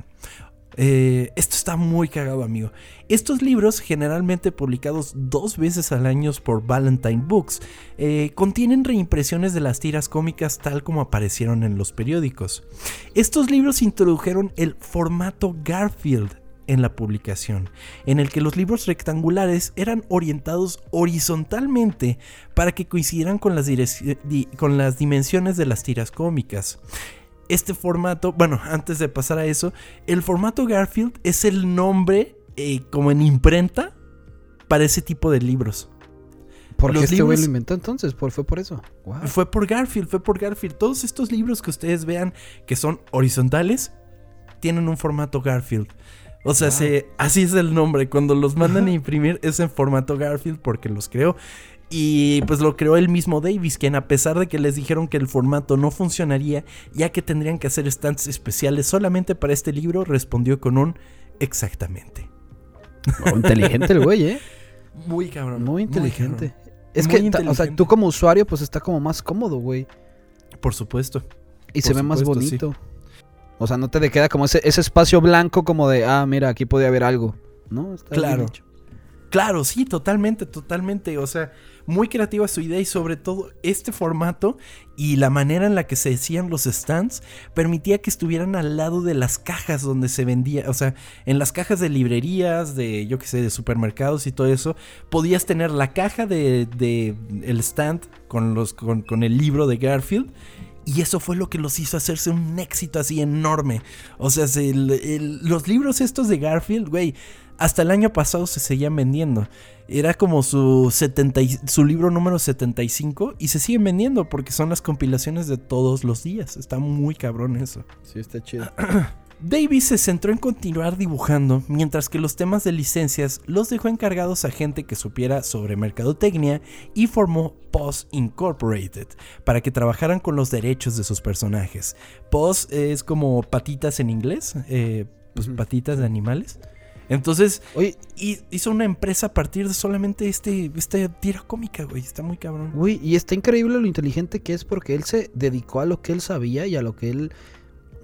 Eh, esto está muy cagado, amigo. Estos libros, generalmente publicados dos veces al año por Valentine Books, eh, contienen reimpresiones de las tiras cómicas tal como aparecieron en los periódicos. Estos libros introdujeron el formato Garfield en la publicación, en el que los libros rectangulares eran orientados horizontalmente para que coincidieran con las, direc- di- con las dimensiones de las tiras cómicas. Este formato, bueno, antes de pasar a eso, el formato Garfield es el nombre, eh, como en imprenta, para ese tipo de libros. ¿Por qué este güey lo inventó entonces? ¿Por, fue por eso? Wow. Fue por Garfield, fue por Garfield. Todos estos libros que ustedes vean que son horizontales, tienen un formato Garfield. O sea, wow. se, así es el nombre. Cuando los mandan a imprimir es en formato Garfield porque los creó. Y pues lo creó el mismo Davis, quien a pesar de que les dijeron que el formato no funcionaría, ya que tendrían que hacer stands especiales solamente para este libro, respondió con un exactamente. Oh, inteligente el güey, ¿eh? Muy cabrón. Muy inteligente. Muy cabrón. Es muy que, inteligente. O sea, tú como usuario pues está como más cómodo, güey. Por supuesto. Y Por se ve supuesto, más bonito. Sí. O sea, no te queda como ese, ese espacio blanco como de, ah, mira, aquí podía haber algo. ¿No? Está claro. bien hecho. Claro, sí, totalmente, totalmente. O sea, muy creativa su idea y sobre todo este formato y la manera en la que se hacían los stands permitía que estuvieran al lado de las cajas donde se vendía. O sea, en las cajas de librerías, de yo qué sé, de supermercados y todo eso, podías tener la caja de, de el stand con, los, con, con el libro de Garfield. Y eso fue lo que los hizo hacerse un éxito así enorme. O sea, se, el, el, los libros estos de Garfield, güey, hasta el año pasado se seguían vendiendo. Era como su, setenta, su libro número setenta y cinco y se siguen vendiendo porque son las compilaciones de todos los días. Está muy cabrón eso. Sí, está chido. Davis se centró en continuar dibujando, mientras que los temas de licencias los dejó encargados a gente que supiera sobre mercadotecnia y formó Paws Incorporated para que trabajaran con los derechos de sus personajes. Paws es como patitas en inglés, eh, pues uh-huh. patitas de animales. Entonces, Oye, hizo una empresa a partir de solamente este, esta tira cómica, güey. Está muy cabrón. Güey, y está increíble lo inteligente que es porque él se dedicó a lo que él sabía y a lo que él...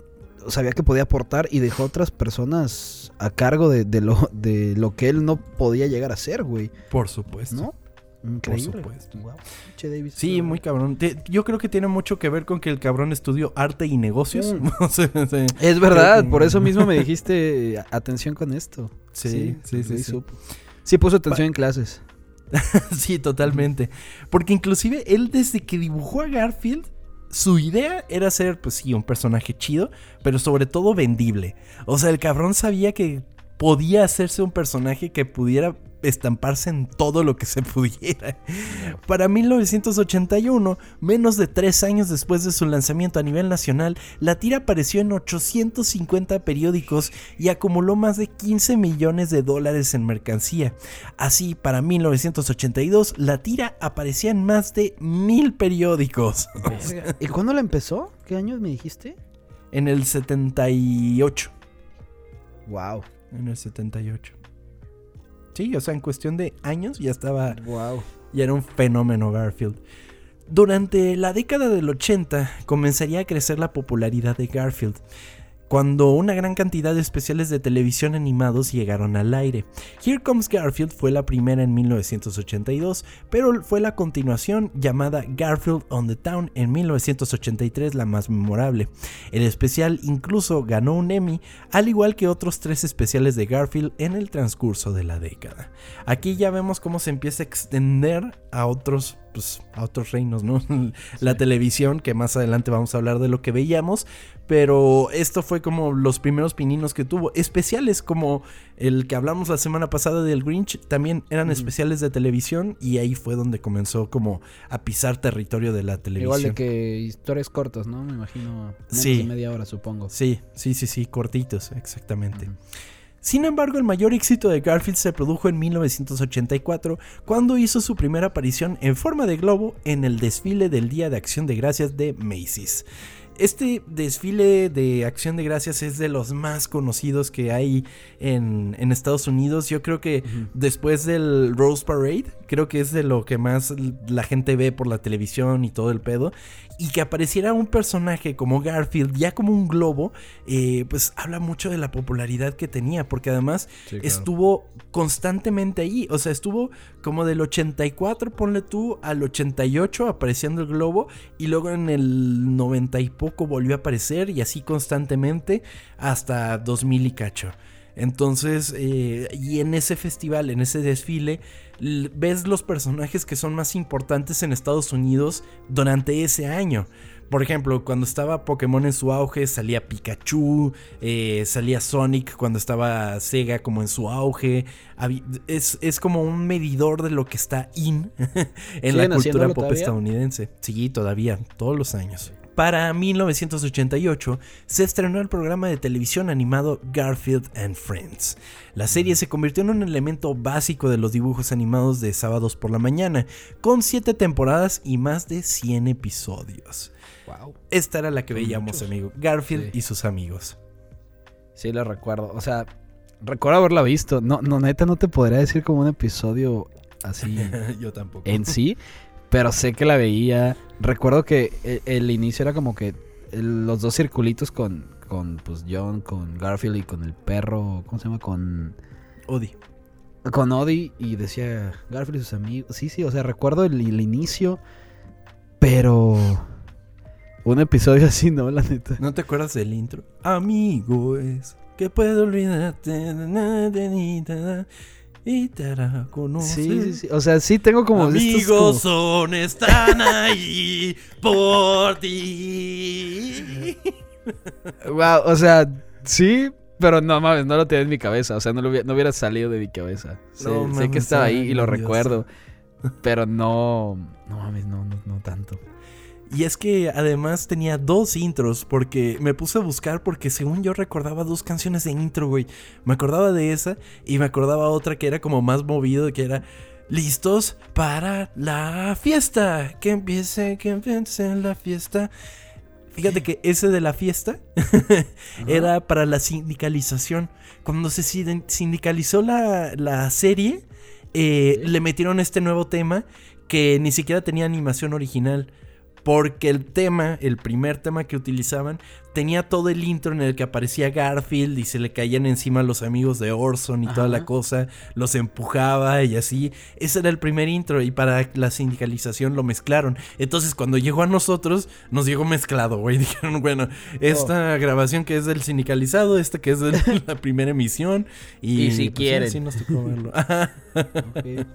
sabía que podía aportar y dejó a otras personas a cargo de, de, lo, de lo que él no podía llegar a ser, güey. Por supuesto. ¿No? Increíble. Por supuesto. Wow. Che Davis. Sí, muy cabrón. Te, yo creo que tiene mucho que ver con que el cabrón estudió arte y negocios. Mm. O sea, sí. Es verdad, que... por eso mismo me dijiste atención con esto. Sí, sí, sí. Sí, sí. sí puso atención pa- en clases. Sí, totalmente. Porque inclusive él desde que dibujó a Garfield, su idea era ser, pues sí, un personaje chido, pero sobre todo vendible. O sea, el cabrón sabía que podía hacerse un personaje que pudiera estamparse en todo lo que se pudiera. Para mil novecientos ochenta y uno, menos de tres años después de su lanzamiento a nivel nacional, la tira apareció en ochocientos cincuenta periódicos y acumuló más de quince millones de dólares en mercancía. Así, para mil novecientos ochenta y dos, la tira aparecía en más de mil periódicos. ¿Y cuándo la empezó? ¿Qué años me dijiste? En el setenta y ocho. Wow. En el setenta y ocho. Sí, o sea, en cuestión de años ya estaba... Wow. Ya era un fenómeno Garfield. Durante la década del ochenta comenzaría a crecer la popularidad de Garfield, cuando una gran cantidad de especiales de televisión animados llegaron al aire. Here Comes Garfield fue la primera en mil novecientos ochenta y dos, pero fue la continuación llamada Garfield on the Town en mil novecientos ochenta y tres la más memorable. El especial incluso ganó un Emmy, al igual que otros tres especiales de Garfield en el transcurso de la década. Aquí ya vemos cómo se empieza a extender a otros, pues, a otros reinos, ¿no? La sí. televisión, que más adelante vamos a hablar de lo que veíamos, pero esto fue como los primeros pininos que tuvo. Especiales como el que hablamos la semana pasada del Grinch, también eran mm. especiales de televisión, y ahí fue donde comenzó como a pisar territorio de la televisión. Igual de que historias cortas, ¿no? Me imagino menos sí. de media hora, supongo. Sí, sí, sí, sí, cortitos, exactamente. Mm. Sin embargo, el mayor éxito de Garfield se produjo en mil novecientos ochenta y cuatro, cuando hizo su primera aparición en forma de globo en el desfile del Día de Acción de Gracias de Macy's. Este desfile de Acción de Gracias es de los más conocidos que hay en, en Estados Unidos. Yo creo que uh-huh. después del Rose Parade, creo que es de lo que más la gente ve por la televisión y todo el pedo. Y que apareciera un personaje como Garfield, ya como un globo, eh, pues habla mucho de la popularidad que tenía. Porque además sí, claro. estuvo constantemente ahí. O sea, estuvo como del ochenta y cuatro, ponle tú, al ochenta y ocho apareciendo el globo. Y luego en el noventa y poco volvió a aparecer, y así constantemente hasta dos mil y cacho. Entonces, eh, y en ese festival, en ese desfile, l- ves los personajes que son más importantes en Estados Unidos durante ese año. Por ejemplo, cuando estaba Pokémon en su auge, salía Pikachu, eh, salía Sonic cuando estaba Sega como en su auge. Es, es como un medidor de lo que está in en la cultura pop todavía? estadounidense. Sí, todavía, todos los años. Para mil novecientos ochenta y ocho se estrenó el programa de televisión animado Garfield and Friends. La serie se convirtió en un elemento básico de los dibujos animados de sábados por la mañana, con siete temporadas y más de cien episodios. Wow. Esta era la que veíamos, muchos. amigo. Garfield sí. y sus amigos. Sí, lo recuerdo. O sea, recuerdo haberla visto. No, no, neta, no te podría decir como un episodio así. Yo tampoco. En sí. Pero sé que la veía. Recuerdo que el, el inicio era como que el, los dos circulitos con, con pues John, con Garfield y con el perro. ¿Cómo se llama? Con Odie. Con Odie, y decía Garfield y sus amigos. Sí, sí, o sea, recuerdo el, el inicio. Pero un episodio así, ¿no? La neta. ¿No te acuerdas del intro? Amigo es que puedo olvidarte de nada. Y te hará conocer. Sí, sí, sí. O sea, sí tengo como... Amigos como... son, están ahí por ti. Wow, o sea, sí, pero no mames, no lo tenía en mi cabeza. O sea, no, lo hubiera, no hubiera salido de mi cabeza. Sé, no, mames, sé que estaba ahí y lo Dios. recuerdo. Pero no... No mames, no, no, no tanto. Y es que además tenía dos intros, porque me puse a buscar porque según yo recordaba dos canciones de intro, güey. Me acordaba de esa y me acordaba otra que era como más movido, que era listos para la fiesta, que empiece, que empiece la fiesta. Fíjate que ese de la fiesta era para la sindicalización. Cuando se sindicalizó la, la serie, eh, ¿sí? le metieron este nuevo tema que ni siquiera tenía animación original. porque el tema, el primer tema que utilizaban, tenía todo el intro en el que aparecía Garfield y se le caían encima los amigos de Orson y Ajá. toda la cosa, los empujaba y así. Ese era el primer intro y para la sindicalización lo mezclaron. Entonces cuando llegó a nosotros, nos llegó mezclado, güey. Dijeron, bueno, esta oh. grabación que es del sindicalizado, esta que es de la primera emisión. Y, y si pues, quieren. Sí, sí nos tocó verlo. Okay.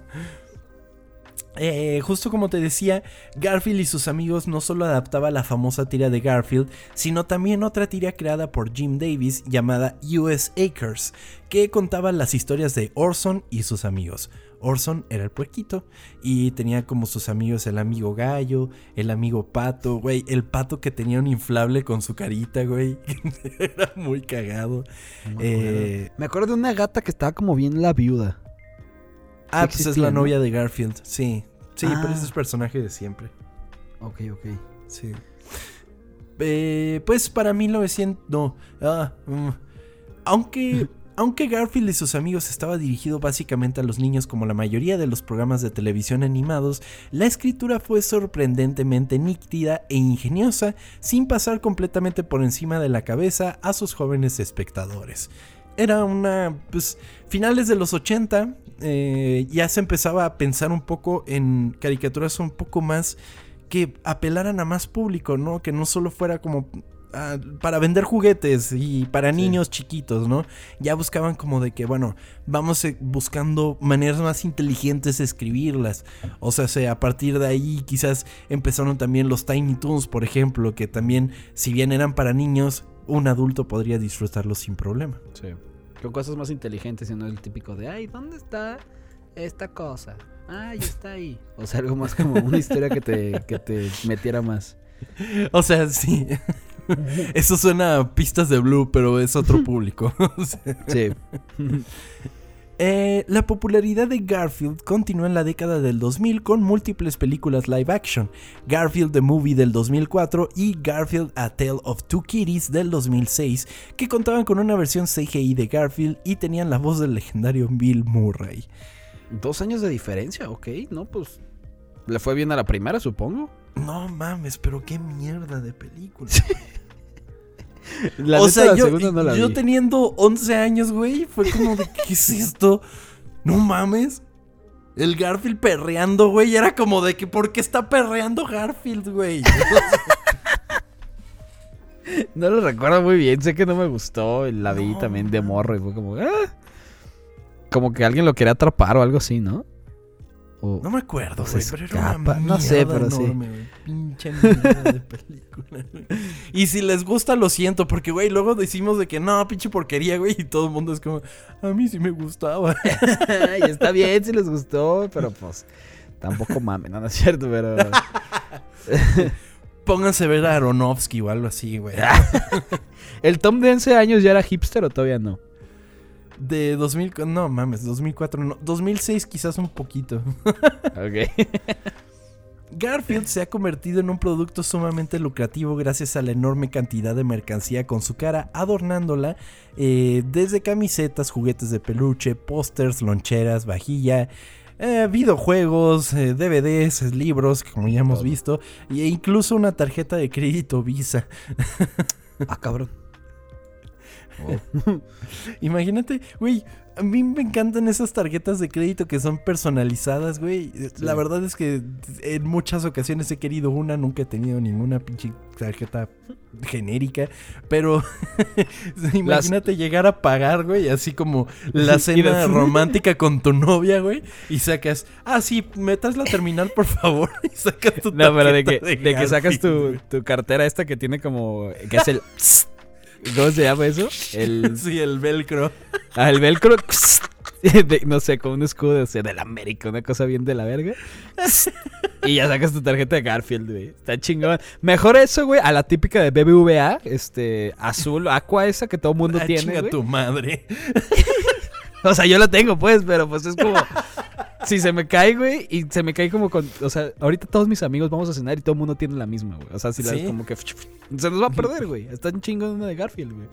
Eh, justo como te decía, Garfield y sus amigos no solo adaptaba la famosa tira de Garfield, sino también otra tira creada por Jim Davis llamada U S Acres, que contaba las historias de Orson y sus amigos. Orson era el puerquito y tenía como sus amigos el amigo gallo, el amigo pato, güey, el pato que tenía un inflable con su carita, güey, era muy cagado. No me, eh, acuerdo. me acuerdo de una gata que estaba como bien la viuda. Ah, pues es la novia, ¿no?, de Garfield, sí. Sí, ah. pero ese es personaje de siempre. Ok, ok. Sí. Eh, pues para mil novecientos... No. Ah, um, aunque... Aunque Garfield y sus amigos estaba dirigido básicamente a los niños como la mayoría de los programas de televisión animados, la escritura fue sorprendentemente nítida e ingeniosa, sin pasar completamente por encima de la cabeza a sus jóvenes espectadores. Era una... pues finales de los ochenta, eh, ya se empezaba a pensar un poco en caricaturas un poco más que apelaran a más público, ¿no? Que no solo fuera como... Uh, para vender juguetes y para niños sí. chiquitos, ¿no? Ya buscaban como de que, bueno, vamos eh, buscando maneras más inteligentes de escribirlas. O sea, sea, a partir de ahí quizás empezaron también los Tiny Toons, por ejemplo, que también, si bien eran para niños, un adulto podría disfrutarlos sin problema. Sí. Con cosas más inteligentes y no el típico de, ay, ¿dónde está esta cosa? Ay, está ahí. O sea, algo más como una historia que te, que te metiera más. O sea, sí. Eso suena a pistas de Blue, pero es otro público. O sea, sí. eh, la popularidad de Garfield continuó en la década del dos mil con múltiples películas live action. Garfield the Movie del dos mil cuatro y Garfield A Tale of Two Kitties del dos mil seis, que contaban con una versión C G I de Garfield y tenían la voz del legendario Bill Murray. Dos años de diferencia, ok, no, pues le fue bien a la primera, supongo. No mames, pero qué mierda de película. La o sea, la yo, no la yo vi. teniendo once años, güey, fue como de, ¿qué es esto? No mames. El Garfield perreando, güey, era como de que, ¿por qué está perreando Garfield, güey? No lo recuerdo muy bien, sé que no me gustó, la vi no, también de morro y fue como, ah, como que alguien lo quería atrapar o algo así, ¿no? O, no me acuerdo, güey, pero era una mierda no sé, pero enorme, sí. Wey. Pinche mierda de película, güey. Y si les gusta, lo siento, porque, güey, luego decimos de que no, pinche porquería, güey, y todo el mundo es como, a mí sí me gustaba. Y está bien si les gustó, pero pues, tampoco mames, no, no es cierto, pero... Pónganse a ver a Aronofsky o algo así, güey. ¿El Tom de once años ya era hipster o todavía no? De dos mil, no mames, dos mil cuatro, no, dos mil seis quizás un poquito. Ok. Garfield se ha convertido en un producto sumamente lucrativo gracias a la enorme cantidad de mercancía con su cara adornándola, eh, desde camisetas, juguetes de peluche, pósters, loncheras, vajilla, eh, videojuegos, eh, D V Ds, libros, como ya hemos visto, e incluso una tarjeta de crédito Visa. Ah, cabrón. Oh. Imagínate, güey, a mí me encantan esas tarjetas de crédito que son personalizadas, güey. Sí. La verdad es que en muchas ocasiones he querido una, nunca he tenido ninguna pinche tarjeta genérica, pero imagínate Las... llegar a pagar, güey, así como la cena romántica con tu novia, güey, y sacas, ah, sí, metas la terminal, por favor, y sacas tu tarjeta. No, pero de que, de de que sacas tu, tu cartera esta que tiene como, que es el... ¿Cómo se llama eso? El... Sí, el velcro. Ah, el velcro. De, no sé, como un escudo, o sea, de la América, una cosa bien de la verga. Y ya sacas tu tarjeta de Garfield, güey. Está chingón. Mejor eso, güey, a la típica de B B V A, este, azul, aqua esa que todo mundo ah, tiene, chinga güey. Tu madre. O sea, yo la tengo, pues, pero pues es como... Si se me cae, güey, y se me cae como con... O sea, ahorita todos mis amigos vamos a cenar y todo el mundo tiene la misma, güey. O sea, si la ¿sí? como que... Se nos va a perder, güey. Está un chingón una de Garfield, güey.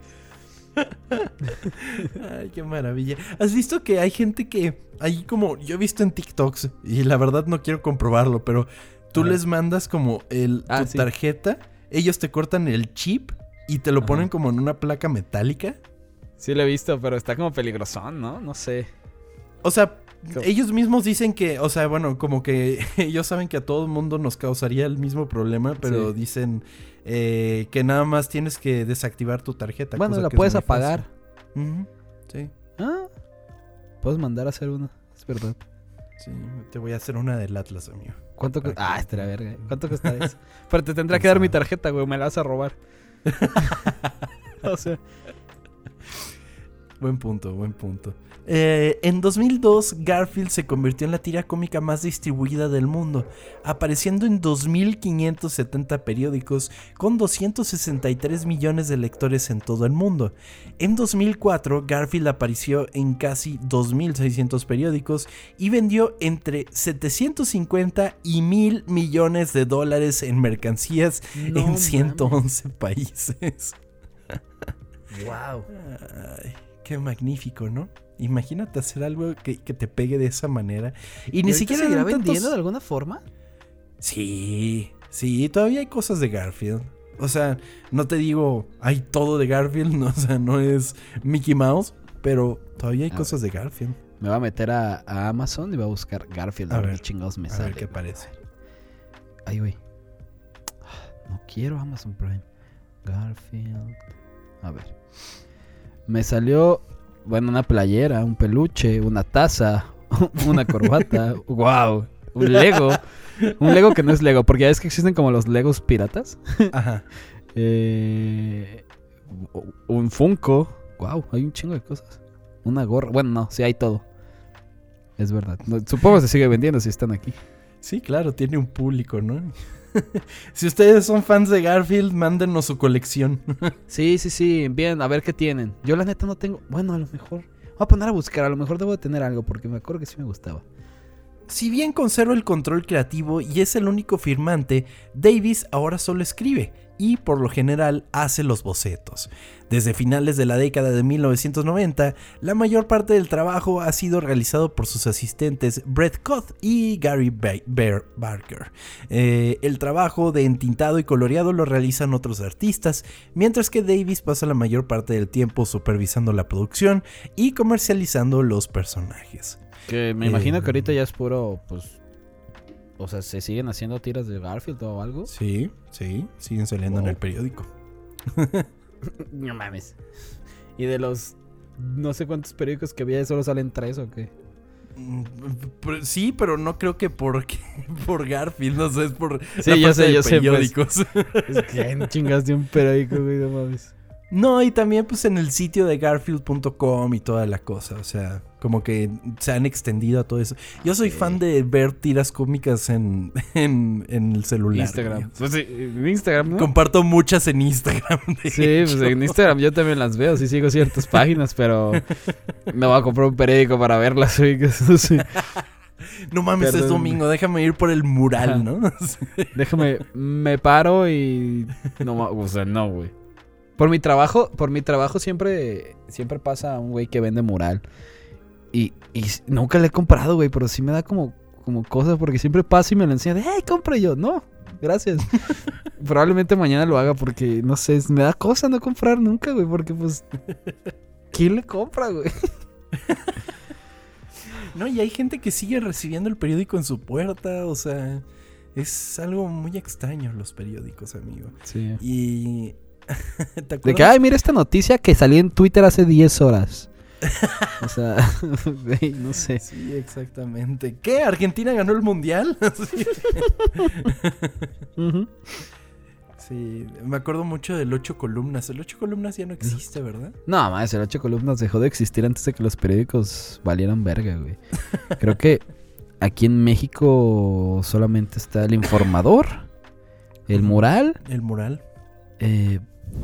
Ay, qué maravilla. ¿Has visto que hay gente que... Ahí como... Yo he visto en TikToks, y la verdad no quiero comprobarlo, pero... tú Ajá. les mandas como el, tu Ah, sí. tarjeta, ellos te cortan el chip y te lo Ajá. ponen como en una placa metálica. Sí lo he visto, pero está como peligrosón, ¿no? No sé. O sea, ¿Cómo? ellos mismos dicen que, o sea, bueno, como que ellos saben que a todo el mundo nos causaría el mismo problema, pero Sí. dicen eh, que nada más tienes que desactivar tu tarjeta. Bueno, cosa la que es puedes muy apagar. fácil. Ujú, sí, Ah, puedes mandar a hacer una, es verdad. sí, te voy a hacer una del Atlas, amigo. ¿Cuánto cu- Aquí. Ah, esta la verga. ¿Cuánto cuesta eso? Pero te tendrá ¿Quién que dar mi sabe? tarjeta, güey. Me la vas a robar. O sea, Buen punto, buen punto. Eh, en dos mil dos, Garfield se convirtió en la tira cómica más distribuida del mundo, apareciendo en dos mil quinientos setenta periódicos con doscientos sesenta y tres millones de lectores en todo el mundo. En dos mil cuatro, Garfield apareció en casi dos mil seiscientos periódicos y vendió entre setecientos cincuenta y mil millones de dólares en mercancías no en ciento mames. once países. Wow. Ay, qué magnífico, ¿no? Imagínate hacer algo que, que te pegue de esa manera. Y ni siquiera seguirá eran tantos- vendiendo de alguna forma? Sí, sí, todavía hay cosas de Garfield. O sea, no te digo, hay todo de Garfield, no, o sea, no es Mickey Mouse, pero todavía hay A cosas de Garfield. Me va a meter a, a Amazon y va a buscar Garfield. A A ver ver, qué chingados me A sale. ver qué güey. parece. Ay, güey. No quiero Amazon Prime. Garfield. A ver. Me salió, bueno, una playera, un peluche, una taza, una corbata. Wow. Un Lego. Un Lego que no es Lego, porque ya ves que existen como los Legos piratas. Ajá. Eh, un Funko. Wow, hay un chingo de cosas. Una gorra. Bueno, no, sí hay todo. Es verdad. No, supongo que se sigue vendiendo si están aquí. Sí, claro, tiene un público, ¿no? Si ustedes son fans de Garfield, mándenos su colección. Sí, sí, sí. Bien, a ver qué tienen. Yo la neta no tengo. Bueno, a lo mejor. Voy a poner a buscar. A lo mejor debo de tener algo porque me acuerdo que sí me gustaba. Si bien conserva el control creativo y es el único firmante, Davis ahora solo escribe y por lo general hace los bocetos. Desde finales de la década de mil novecientos noventa, la mayor parte del trabajo ha sido realizado por sus asistentes Brett Koth y Gary ba- Bear Barker. Eh, el trabajo de entintado y coloreado lo realizan otros artistas, mientras que Davis pasa la mayor parte del tiempo supervisando la producción y comercializando los personajes. Que me Eh, imagino que ahorita ya es puro, pues. O sea, ¿se siguen haciendo tiras de Garfield o algo? Sí, sí, siguen saliendo Wow. en el periódico. No mames. Y de los no sé cuántos periódicos que había, solo salen tres o qué. Mm, pero- Sí, pero no creo que por, por Garfield, no sé, es por Sí, la yo falta sé, de yo sé, pues. periódicos. Es que chingaste un periódico, güey, no mames. No, y también pues en el sitio de garfield punto com y toda la cosa, o sea, como que se han extendido a todo eso. Yo soy Sí. fan de ver tiras cómicas en, en, en el celular. Instagram. güey. Pues sí, en Instagram, ¿no? Comparto muchas en Instagram. de Sí, pues hecho. en Instagram yo también las veo, sí sigo ciertas páginas, pero no voy a comprar un periódico para verlas, güey, que eso sí. No mames, es Perdón. domingo, déjame ir por el mural, Ajá. ¿no? Déjame, me paro y no, ma- o sea, no, güey. Por mi trabajo, por mi trabajo siempre siempre pasa un güey que vende mural. Y, y s- nunca le he comprado, güey, pero sí me da como como cosa porque siempre pasa y me lo enseña de, "Hey, compre yo." No, gracias. Probablemente mañana lo haga porque no sé, me da cosa no comprar nunca, güey, porque pues ¿quién le compra, güey? No, y hay gente que sigue recibiendo el periódico en su puerta, o sea, es algo muy extraño los periódicos, amigo. Sí. Y... ¿te De acuerdas? que, ay, mira esta noticia que salió en Twitter hace diez horas. O sea, güey, no sé. Sí, exactamente. ¿Qué? ¿Argentina ganó el mundial? Sí. Ujú. Sí, me acuerdo mucho del ocho columnas. El ocho columnas ya no existe, ¿verdad? No, más, el ocho columnas dejó de existir antes de que los periódicos valieran verga, güey. Creo que aquí en México solamente está el Informador, el Mural, El mural. eh,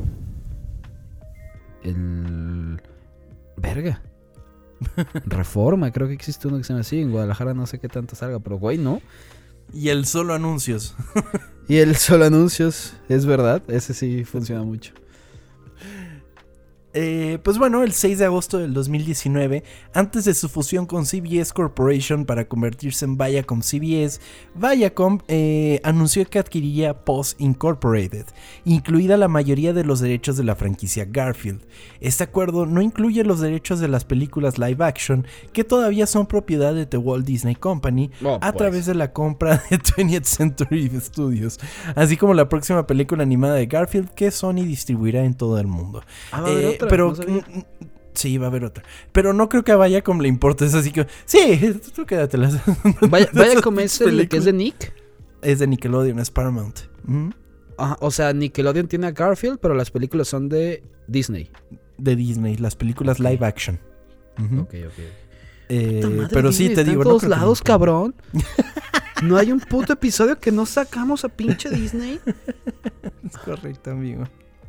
el... Verga. Reforma, creo que existe uno que se llama así. En Guadalajara no sé qué tanto salga, pero güey, ¿no? Y el solo anuncios. Y el Solo Anuncios, es verdad, ese sí funciona mucho. Eh, pues bueno, el seis de agosto del dos mil diecinueve, antes de su fusión con C B S Corporation para convertirse en Viacom C B S, Viacom eh, anunció que adquiriría P O S Incorporated, incluida la mayoría de los derechos de la franquicia Garfield. Este acuerdo no incluye los derechos de las películas live action, que todavía son propiedad de The Walt Disney Company, oh, a pues. través de la compra de twentieth Century Studios, así como la próxima película animada de Garfield que Sony distribuirá en todo el mundo. Ah, eh, Pero no sí, va a haber otra. Pero no creo que a Viacom le importe. Es así que sí, tú quédatelas. Vaya, Viacom es el que es de Nick. Es de Nickelodeon, es Paramount. ¿Mm? Ajá, o sea, Nickelodeon tiene a Garfield, pero las películas son de Disney. De Disney, las películas okay. live action. Uh-huh. Ok, ok. Eh, madre, pero Disney sí, te digo. En todos no lados, que... cabrón. No hay un puto episodio que no sacamos a pinche Disney. Es correcto, amigo.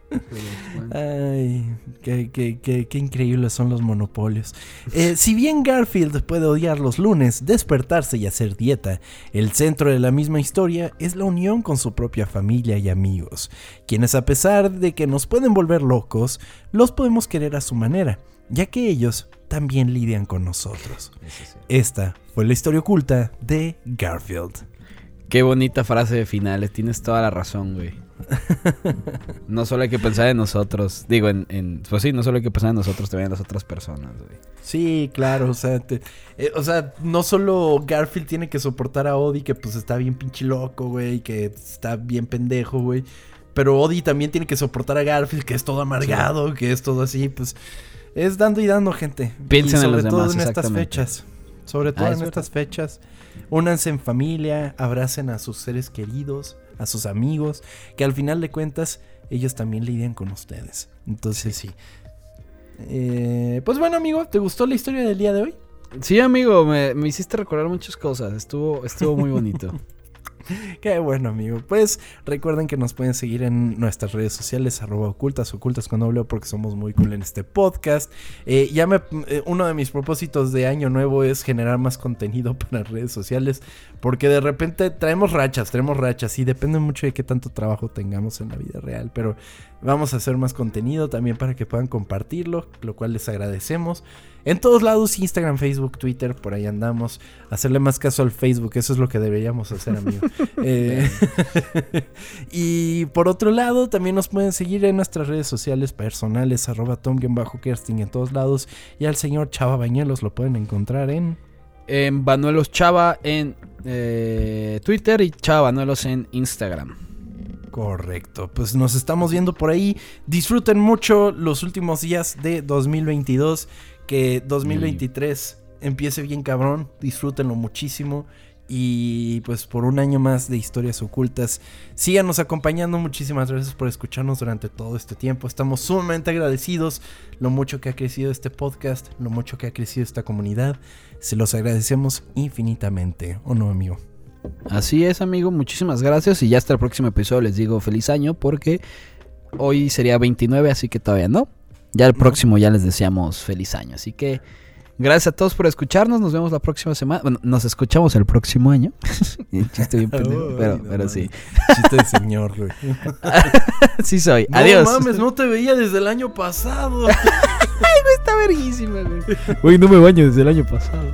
Ay, qué, qué, qué, qué increíbles son los monopolios. Eh, si bien Garfield puede odiar los lunes, despertarse y hacer dieta, el centro de la misma historia es la unión con su propia familia y amigos, quienes a pesar de que nos pueden volver locos, los podemos querer a su manera, ya que ellos también lidian con nosotros. Esta fue la historia oculta de Garfield. Qué bonita frase de finales, tienes toda la razón, güey. No solo hay que pensar en nosotros. Digo, en, en... Pues sí, no solo hay que pensar en nosotros, también en las otras personas, güey. Sí, claro, o sea... Te, eh, o sea, no solo Garfield tiene que soportar a Odie, que pues está bien pinche loco, güey, que está bien pendejo, güey. Pero Odie también tiene que soportar a Garfield, que es todo amargado, sí. que es todo así, pues... Es dando y dando, gente. Piensen y sobre en los todo demás, en estas fechas. Sobre todo ah, en estas fechas. Únanse en familia, abracen a sus seres queridos, a sus amigos, que al final de cuentas ellos también lidian con ustedes. Entonces sí. Eh, pues bueno, amigo, ¿te gustó la historia del día de hoy? Sí, amigo, me, me hiciste recordar muchas cosas. Estuvo, estuvo muy bonito. Qué bueno, amigo. Pues recuerden que nos pueden seguir en nuestras redes sociales, arroba ocultas, ocultas con doble O, porque somos muy cool en este podcast. Eh, ya me, eh, uno de mis propósitos de año nuevo es generar más contenido para redes sociales, porque de repente traemos rachas, traemos rachas y depende mucho de qué tanto trabajo tengamos en la vida real, pero vamos a hacer más contenido también para que puedan compartirlo, lo cual les agradecemos. En todos lados, Instagram, Facebook, Twitter, por ahí andamos. Hacerle más caso al Facebook, eso es lo que deberíamos hacer, amigo. eh, y por otro lado, también nos pueden seguir en nuestras redes sociales personales, arroba tom-kersting en todos lados. Y al señor Chava Bañuelos lo pueden encontrar en... En Banuelos Chava en eh, Twitter y Chava Banuelos en Instagram. Correcto, pues nos estamos viendo por ahí. Disfruten mucho los últimos días de dos mil veintidós. Que dos mil veintitrés mm. empiece bien cabrón. Disfrútenlo muchísimo. Y pues por un año más de historias ocultas, síganos acompañando. Muchísimas gracias por escucharnos durante todo este tiempo. Estamos sumamente agradecidos. Lo mucho que ha crecido este podcast, lo mucho que ha crecido esta comunidad. Se los agradecemos infinitamente, ¿o no, amigo? Así es, amigo, muchísimas gracias. Y ya hasta el próximo episodio les digo feliz año, porque hoy sería veintinueve, así que todavía no. Ya el próximo ya les deseamos feliz año. Así que gracias a todos por escucharnos. Nos vemos la próxima semana. Bueno, nos escuchamos el próximo año. Chiste bien pendejo, oh, pero, no, pero sí. Chiste de señor, güey. Sí soy. No, adiós. No mames, no te veía desde el año pasado. Ay, güey, está verguísima, güey. Güey, no me baño desde el año pasado.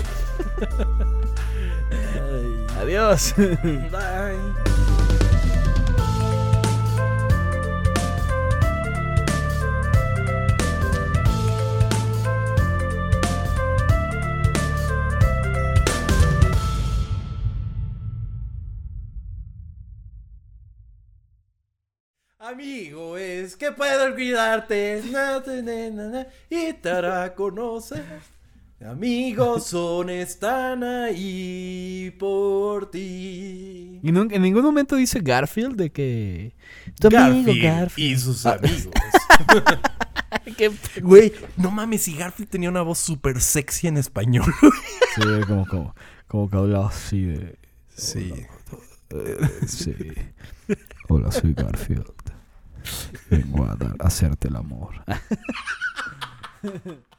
Ay. Adiós. Bye. Amigo, es que puedo olvidarte na, na, na, na, y te hará conocer. Amigos son, están ahí por ti. Y no, en ningún momento dice Garfield de que... Tu Garfield, amigo Garfield y sus amigos. Güey, no mames, si Garfield tenía una voz súper sexy en español. Sí, como, como, como que hablaba así de... Sí. Hola, uh, sí. Hola, soy Garfield. Vengo a, dar, a hacerte el amor.